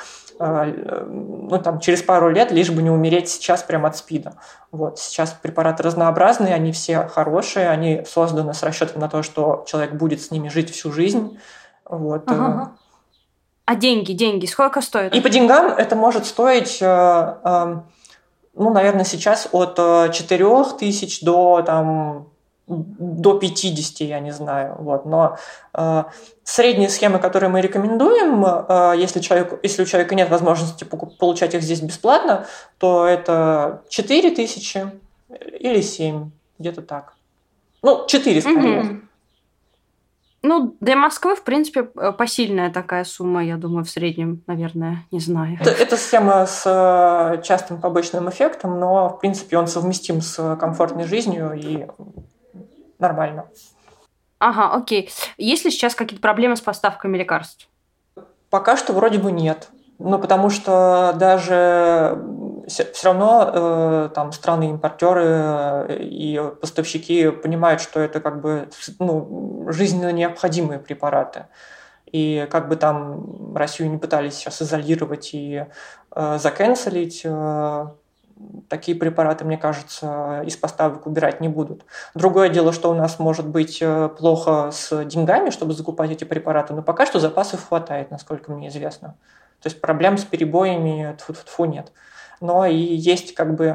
через пару лет, лишь бы не умереть сейчас прямо от СПИДа. Вот. Сейчас препараты разнообразные, они все хорошие, они созданы с расчетом на то, что человек будет с ними жить всю жизнь. Вот. Ага. А деньги сколько стоят? И по деньгам это может стоить, наверное, сейчас от 4 тысяч до 50, я не знаю. Вот. Но средние схемы, которые мы рекомендуем, если у человека нет возможности получать их здесь бесплатно, то это 4 тысячи или 7, где-то так. 4 скорее. Угу. Для Москвы, в принципе, посильная такая сумма, я думаю, в среднем, наверное, не знаю. Это схема с частым побочным эффектом, но, в принципе, он совместим с комфортной жизнью и нормально. Ага, окей. Есть ли сейчас какие-то проблемы с поставками лекарств? Пока что вроде бы нет. Потому что даже все равно страны-импортеры и поставщики понимают, что это жизненно необходимые препараты. И там Россию не пытались сейчас изолировать и закэнселить, такие препараты, мне кажется, из поставок убирать не будут. Другое дело, что у нас может быть плохо с деньгами, чтобы закупать эти препараты, но пока что запасов хватает, насколько мне известно. То есть проблем с перебоями тьфу-тьфу нет. Но и есть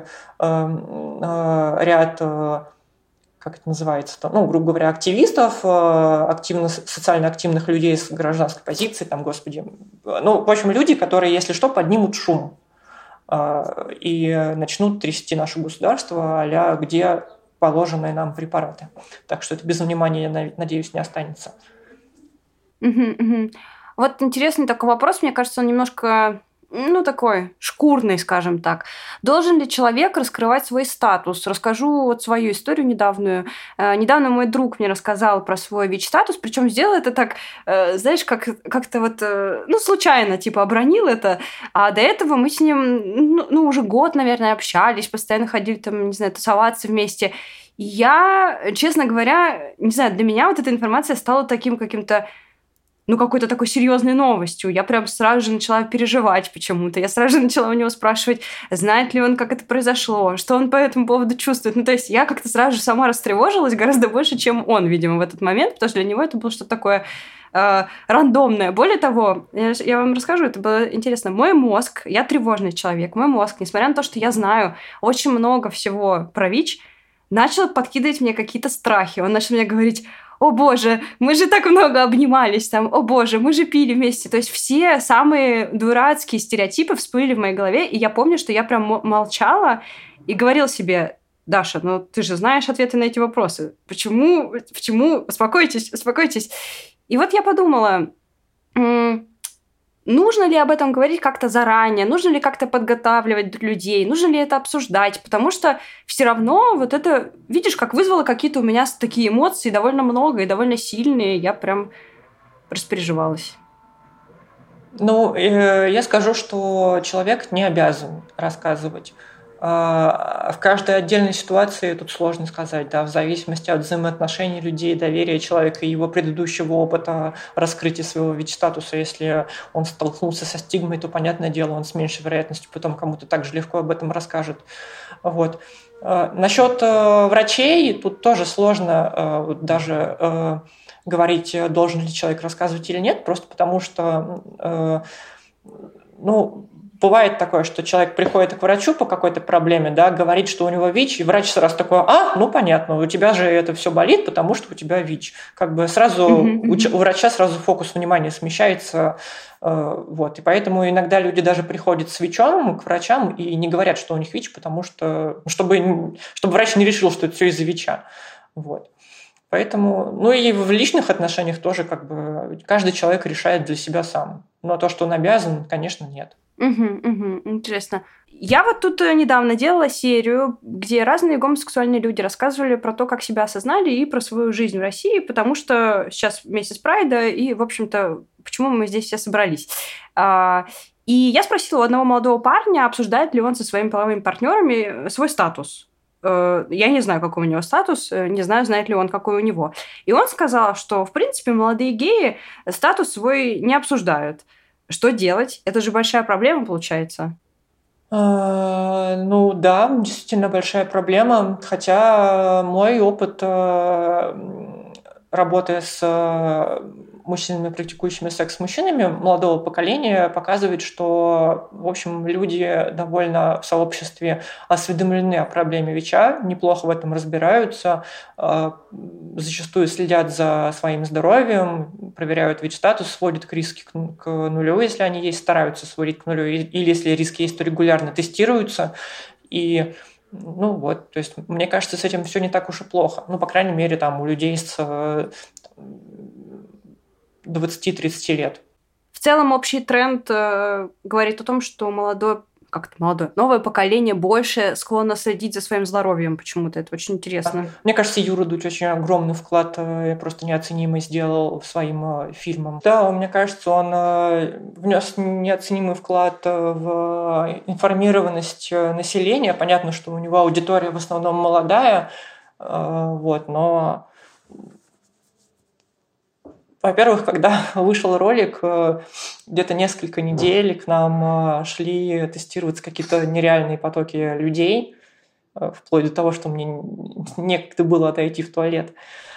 ряд, как это называется, грубо говоря, активистов, социально активных людей с гражданской позицией, в общем, люди, которые, если что, поднимут шум и начнут трясти наше государство, а-ля где положенные нам препараты. Так что это без внимания, я надеюсь, не останется. Вот интересный такой вопрос. Мне кажется, он немножко такой шкурный, скажем так. Должен ли человек раскрывать свой статус? Расскажу вот свою историю недавнюю. Недавно мой друг мне рассказал про свой ВИЧ-статус, причем сделал это так, знаешь, как-то вот, случайно, типа, обронил это. А до этого мы с ним, уже год, наверное, общались, постоянно ходили там, не знаю, тусоваться вместе. И я, честно говоря, не знаю, для меня вот эта информация стала таким каким-то, какой-то такой серьезной новостью. Я прям сразу же начала переживать почему-то. Я сразу же начала у него спрашивать, знает ли он, как это произошло, что он по этому поводу чувствует. То есть я как-то сразу же сама растревожилась гораздо больше, чем он, видимо, в этот момент, потому что для него это было что-то такое рандомное. Более того, я вам расскажу, это было интересно. Мой мозг, я тревожный человек, мой мозг, несмотря на то, что я знаю очень много всего про ВИЧ, начал подкидывать мне какие-то страхи. Он начал мне говорить: о боже, мы же так много обнимались там, о боже, мы же пили вместе. То есть все самые дурацкие стереотипы всплыли в моей голове, и я помню, что я прям молчала и говорила себе: Даша, ты же знаешь ответы на эти вопросы. Почему? Успокойтесь, успокойтесь. И вот я подумала, нужно ли об этом говорить как-то заранее, нужно ли как-то подготавливать людей, нужно ли это обсуждать, потому что все равно вот это, видишь, как вызвало какие-то у меня такие эмоции довольно много и довольно сильные, я прям распереживалась. Я скажу, что человек не обязан рассказывать. В каждой отдельной ситуации тут сложно сказать, да, в зависимости от взаимоотношений людей, доверия человека и его предыдущего опыта раскрытия своего ВИЧ-статуса. Если он столкнулся со стигмой, то, понятное дело, он с меньшей вероятностью потом кому-то так же легко об этом расскажет. Вот. Насчет врачей тут тоже сложно даже говорить, должен ли человек рассказывать или нет, просто потому что бывает такое, что человек приходит к врачу по какой-то проблеме, да, говорит, что у него ВИЧ, и врач сразу такой: понятно, у тебя же это все болит, потому что у тебя ВИЧ. Как бы сразу у врача сразу фокус внимания смещается, вот, и поэтому иногда люди даже приходят с ВИЧом к врачам и не говорят, что у них ВИЧ, потому что, чтобы врач не решил, что это все из-за ВИЧа, вот. Поэтому, и в личных отношениях тоже как бы каждый человек решает для себя сам. Но то, что он обязан, конечно, нет. Интересно. Я вот тут недавно делала серию, где разные гомосексуальные люди рассказывали про то, как себя осознали и про свою жизнь в России, потому что сейчас месяц Прайда, и, в общем-то, почему мы здесь все собрались. И я спросила у одного молодого парня, обсуждает ли он со своими половыми партнерами свой статус. Я не знаю, какой у него статус, не знаю, знает ли он, какой у него. И он сказал, что, в принципе, молодые геи статус свой не обсуждают. Что делать? Это же большая проблема, получается. Да, действительно большая проблема. Хотя мой опыт работы с мужчинами, практикующими секс с мужчинами молодого поколения, показывает, что, в общем, люди довольно в сообществе осведомлены о проблеме ВИЧа, неплохо в этом разбираются, зачастую следят за своим здоровьем, проверяют ВИЧ-статус, сводят риски к нулю, если они есть, стараются сводить к нулю, или если риски есть, то регулярно тестируются. И то есть, мне кажется, с этим все не так уж и плохо. По крайней мере, там у людей с 20-30 лет. В целом, общий тренд говорит о том, что новое поколение больше склонно следить за своим здоровьем почему-то. Это очень интересно. Мне кажется, Юра Дудь очень огромный вклад, просто неоценимый сделал своим фильмом. Да, мне кажется, он внес неоценимый вклад в информированность населения. Понятно, что у него аудитория в основном молодая, но... Во-первых, когда вышел ролик, где-то несколько недель к нам шли тестироваться какие-то нереальные потоки людей, вплоть до того, что мне некогда было отойти в туалет.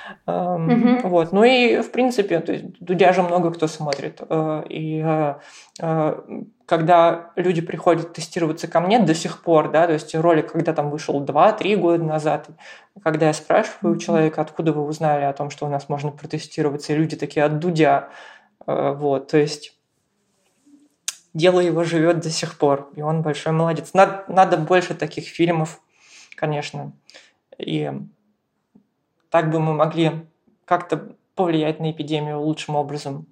И, в принципе, то есть Дудя же много кто смотрит. И когда люди приходят тестироваться ко мне до сих пор, да, то есть ролик, когда там вышел 2-3 года назад, когда я спрашиваю у человека, откуда вы узнали о том, что у нас можно протестироваться, и люди такие: от Дудя. То есть дело его живет до сих пор, и он большой молодец. Надо больше таких фильмов, конечно, и так бы мы могли как-то повлиять на эпидемию лучшим образом.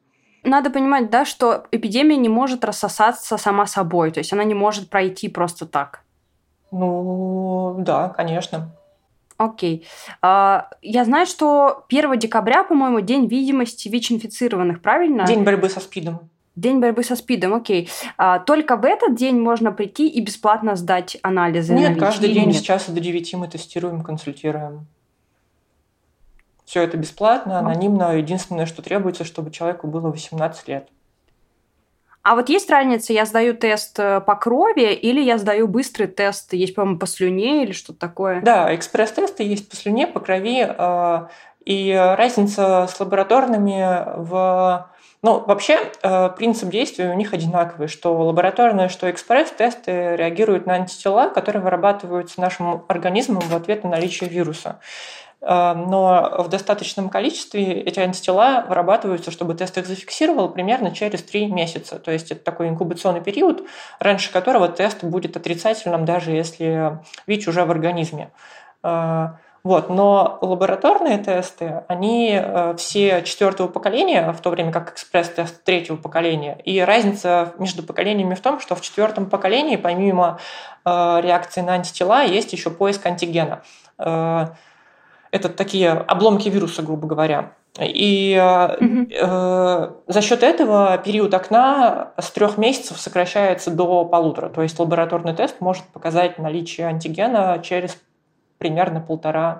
надо понимать, да, что эпидемия не может рассосаться сама собой, то есть она не может пройти просто так. Ну, да, конечно. Окей. Я знаю, что 1 декабря, по-моему, день видимости ВИЧ-инфицированных, правильно? День борьбы со СПИДом. День борьбы со СПИДом, окей. Только в этот день можно прийти и бесплатно сдать анализы на Нет, ВИЧ каждый или день нет? с часа до 9 мы тестируем, консультируем. Все это бесплатно, анонимно. Единственное, что требуется, чтобы человеку было 18 лет. А вот есть разница, я сдаю тест по крови или я сдаю быстрый тест, есть, по-моему, по слюне или что-то такое? Да, экспресс-тесты есть по слюне, по крови. И разница с лабораторными в... Ну, вообще, принцип действия у них одинаковый, что лабораторные, что экспресс-тесты реагируют на антитела, которые вырабатываются нашим организмом в ответ на наличие вируса. Но в достаточном количестве эти антитела вырабатываются, чтобы тест их зафиксировал примерно через 3 месяца. То есть это такой инкубационный период, раньше которого тест будет отрицательным, даже если ВИЧ уже в организме. Вот. Но лабораторные тесты, они все 4-го поколения, в то время как экспресс-тест 3-го поколения. И разница между поколениями в том, что в 4-м поколении, помимо реакции на антитела, есть еще поиск антигена. Это такие обломки вируса, грубо говоря. И за счет этого период окна с 3 месяцев сокращается до 1,5. То есть лабораторный тест может показать наличие антигена через примерно 1,5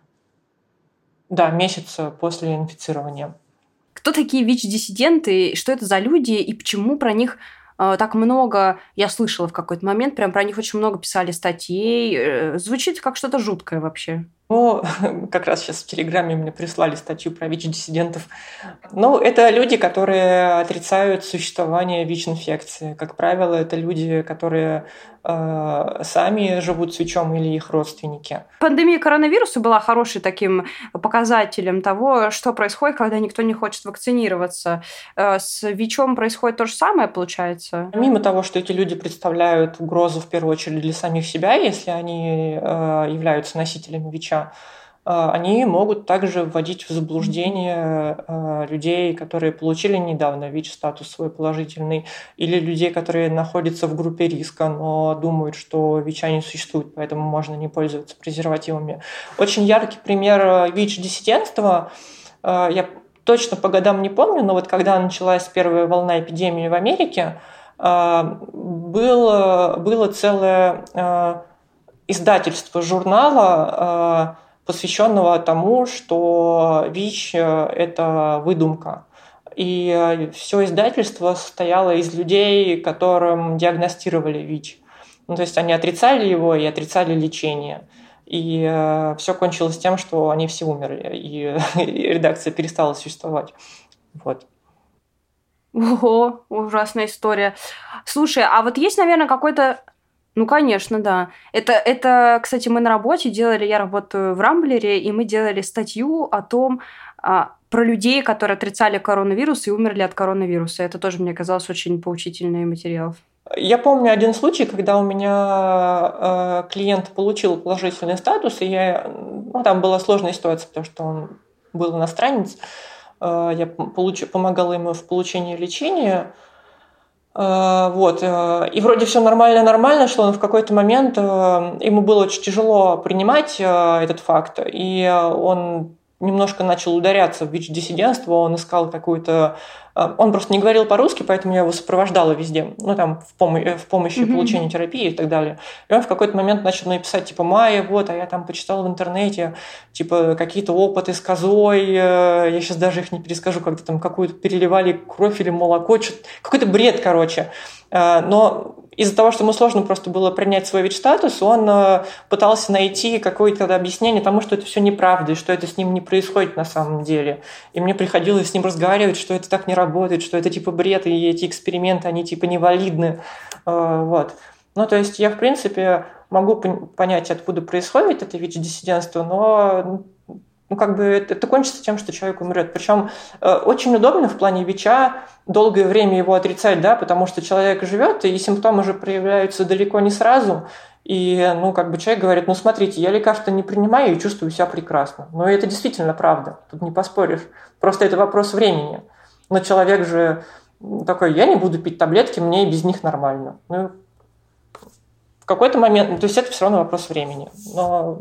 месяца после инфицирования. Кто такие ВИЧ-диссиденты, что это за люди и почему про них так много, я слышала в какой-то момент, прям про них очень много писали статей. Звучит как что-то жуткое вообще. Ну, как раз сейчас в Телеграме мне прислали статью про ВИЧ-диссидентов. Ну, это люди, которые отрицают существование ВИЧ-инфекции. Как правило, это люди, которые сами живут с ВИЧом или их родственники. Пандемия коронавируса была хорошим таким показателем того, что происходит, когда никто не хочет вакцинироваться. С ВИЧом происходит то же самое, получается? Помимо того, что эти люди представляют угрозу в первую очередь для самих себя, если они являются носителями ВИЧа, они могут также вводить в заблуждение людей, которые получили недавно ВИЧ-статус свой положительный, или людей, которые находятся в группе риска, но думают, что ВИЧа не существует, поэтому можно не пользоваться презервативами. Очень яркий пример ВИЧ-диссидентства. Я точно по годам не помню, но вот когда началась первая волна эпидемии в Америке, было целое издательство журнала, посвященного тому, что ВИЧ – это выдумка. И все издательство состояло из людей, которым диагностировали ВИЧ. Ну, то есть они отрицали его и отрицали лечение. И все кончилось тем, что они все умерли, и редакция перестала существовать. Вот. Ого, ужасная история. Слушай, а вот есть, наверное, какой-то... Ну, конечно, да. Это, кстати, мы на работе делали, я работаю в Рамблере, и мы делали статью о том, про людей, которые отрицали коронавирус и умерли от коронавируса. Это тоже, мне казалось, очень поучительный материал. Я помню один случай, когда у меня клиент получил положительный статус, и там была сложная ситуация, потому что он был иностранец. Я помогала ему в получении лечения. Вот. И вроде все нормально шло, но в какой-то момент ему было очень тяжело принимать этот факт, и он немножко начал ударяться в ВИЧ-диссидентство, он искал какую-то... Он просто не говорил по-русски, поэтому я его сопровождала везде, ну, там, в помощи получения терапии и так далее. И он в какой-то момент начал мне писать, типа, Майя, вот, а я там почитал в интернете, типа, какие-то опыты с козой, я сейчас даже их не перескажу, когда там какую-то переливали кровь или молоко, какой-то бред, короче. Но из-за того, что ему сложно просто было принять свой ВИЧ-статус, он пытался найти какое-то объяснение тому, что это все неправда, и что это с ним не происходит на самом деле. И мне приходилось с ним разговаривать, что это так не работает, что это типа бред, и эти эксперименты, они типа невалидны. Вот. Ну, то есть я, в принципе, могу понять, откуда происходит это ВИЧ-диссидентство, но как бы это кончится тем, что человек умрет. Причем очень удобно в плане ВИЧа долгое время его отрицать, да, потому что человек живет, и симптомы же проявляются далеко не сразу. И, как бы человек говорит, смотрите, я лекарства не принимаю и чувствую себя прекрасно. Но это действительно правда, тут не поспоришь. Просто это вопрос времени. Но человек же такой, я не буду пить таблетки, мне и без них нормально. Ну, в какой-то момент, то есть это все равно вопрос времени. Но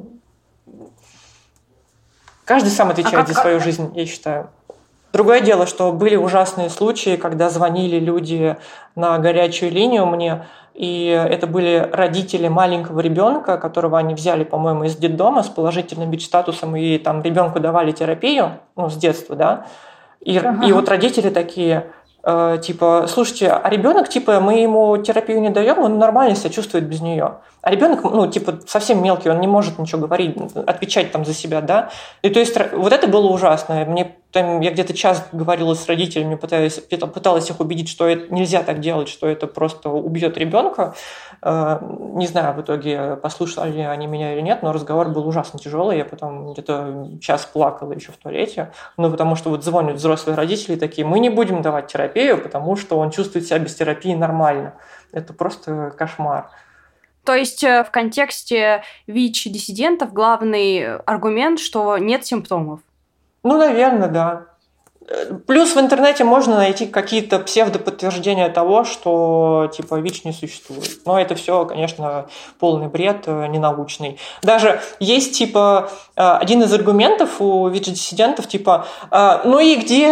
каждый сам отвечает за свою жизнь, я считаю. Другое дело, что были ужасные случаи, когда звонили люди на горячую линию мне, и это были родители маленького ребенка, которого они взяли, по-моему, из детдома с положительным ВИЧ-статусом, и там ребенку давали терапию, ну, с детства, да. И вот родители такие, типа, слушайте, а ребенок, типа, мы ему терапию не даем, он нормально себя чувствует без нее. А ребенок, ну, типа, совсем мелкий, он не может ничего говорить, отвечать там за себя, да. И то есть вот это было ужасно. Я где-то час говорила с родителями, пыталась их убедить, что это нельзя так делать, что это просто убьет ребенка. Не знаю, в итоге послушали они меня или нет, но разговор был ужасно тяжелый. Я потом где-то час плакала еще в туалете. Ну, потому что вот звонят взрослые родители такие, мы не будем давать терапию, потому что он чувствует себя без терапии нормально. Это просто кошмар. То есть в контексте ВИЧ-диссидентов главный аргумент, что нет симптомов? Ну, наверное, да. Плюс в интернете можно найти какие-то псевдоподтверждения того, что типа ВИЧ не существует. Но это все, конечно, полный бред, ненаучный. Даже есть типа один из аргументов у ВИЧ-диссидентов, типа, ну и где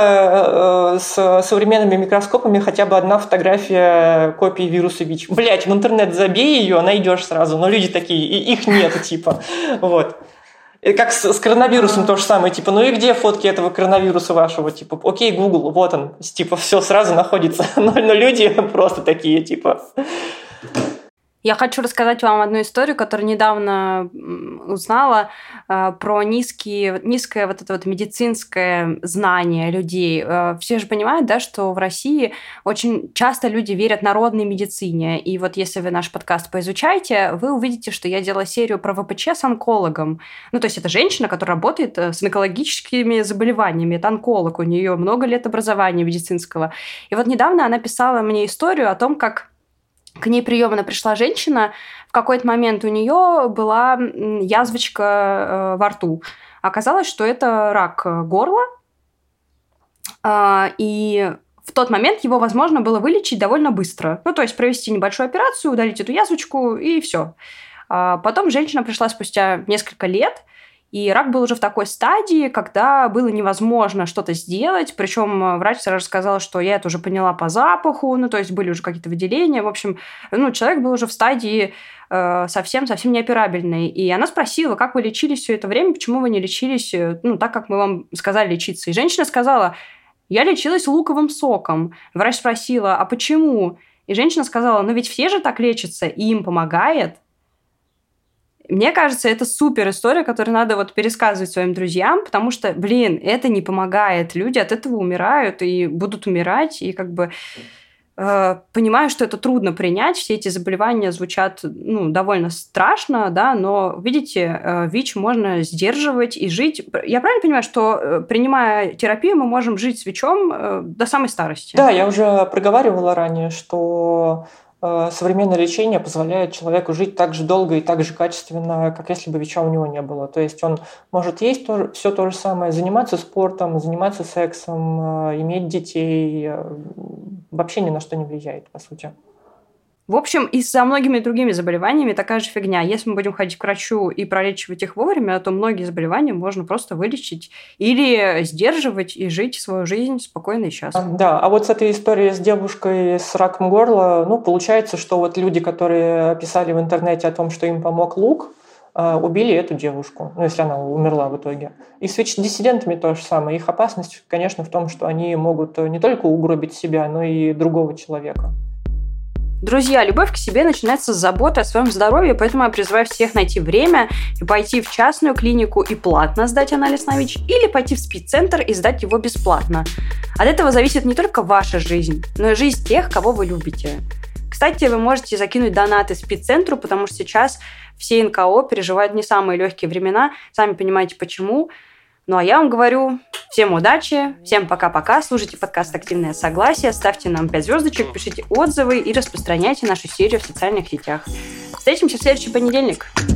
с современными микроскопами хотя бы одна фотография копии вируса ВИЧ? Блять, в интернет забей ее, найдешь сразу. Но люди такие, их нет, типа. Вот. Как с коронавирусом то же самое, типа, ну и где фотки этого коронавируса вашего, типа, окей, Google, вот он, типа, все сразу находится, но люди просто такие, типа. Я хочу рассказать вам одну историю, которую недавно узнала про низкое вот это вот медицинское знание людей. Все же понимают, да, что в России очень часто люди верят народной медицине. И вот если вы наш подкаст поизучаете, вы увидите, что я делала серию про ВПЧ с онкологом. Ну, то есть это женщина, которая работает с онкологическими заболеваниями. Это онколог, у нее много лет образования медицинского. И вот недавно она писала мне историю о том, как к ней приемно пришла женщина, в какой-то момент у нее была язвочка во рту. Оказалось, что это рак горла, и в тот момент его возможно было вылечить довольно быстро. Ну, то есть провести небольшую операцию, удалить эту язвочку, и все. Потом женщина пришла спустя несколько лет, и рак был уже в такой стадии, когда было невозможно что-то сделать. Причем врач сразу сказал, что я это уже поняла по запаху, ну, то есть были уже какие-то выделения. В общем, ну, человек был уже в стадии совсем-совсем неоперабельной. И она спросила, как вы лечились все это время, почему вы не лечились, ну, так, как мы вам сказали лечиться. И женщина сказала, я лечилась луковым соком. Врач спросила, а почему? И женщина сказала, ну, ведь все же так лечатся, и им помогает. Мне кажется, это супер история, которую надо вот пересказывать своим друзьям, потому что, это не помогает. Люди от этого умирают и будут умирать, и как бы понимаю, что это трудно принять. Все эти заболевания звучат, ну, довольно страшно, да, но, видите, ВИЧ можно сдерживать и жить. Я правильно понимаю, что, принимая терапию, мы можем жить с ВИЧом до самой старости? Да, я уже проговаривала ранее, что современное лечение позволяет человеку жить так же долго и так же качественно, как если бы ВИЧа у него не было. То есть он может есть все то же самое, заниматься спортом, заниматься сексом, иметь детей. Вообще ни на что не влияет, по сути. В общем, и со многими другими заболеваниями такая же фигня. Если мы будем ходить к врачу и пролечивать их вовремя, то многие заболевания можно просто вылечить или сдерживать и жить свою жизнь спокойно и счастливо. Да, а вот с этой историей с девушкой с раком горла, ну, получается, что вот люди, которые писали в интернете о том, что им помог лук, убили эту девушку, ну, если она умерла в итоге. И с ВИЧ-диссидентами то же самое. Их опасность, конечно, в том, что они могут не только угробить себя, но и другого человека. Друзья, любовь к себе начинается с заботы о своем здоровье, поэтому я призываю всех найти время и пойти в частную клинику и платно сдать анализ на ВИЧ, или пойти в СПИД-центр и сдать его бесплатно. От этого зависит не только ваша жизнь, но и жизнь тех, кого вы любите. Кстати, вы можете закинуть донаты СПИД-центру, потому что сейчас все НКО переживают не самые легкие времена, сами понимаете почему. Ну а я вам говорю, всем удачи, всем пока-пока, слушайте подкаст «Активное согласие», ставьте нам 5 звездочек, пишите отзывы и распространяйте нашу серию в социальных сетях. Встретимся в следующий понедельник.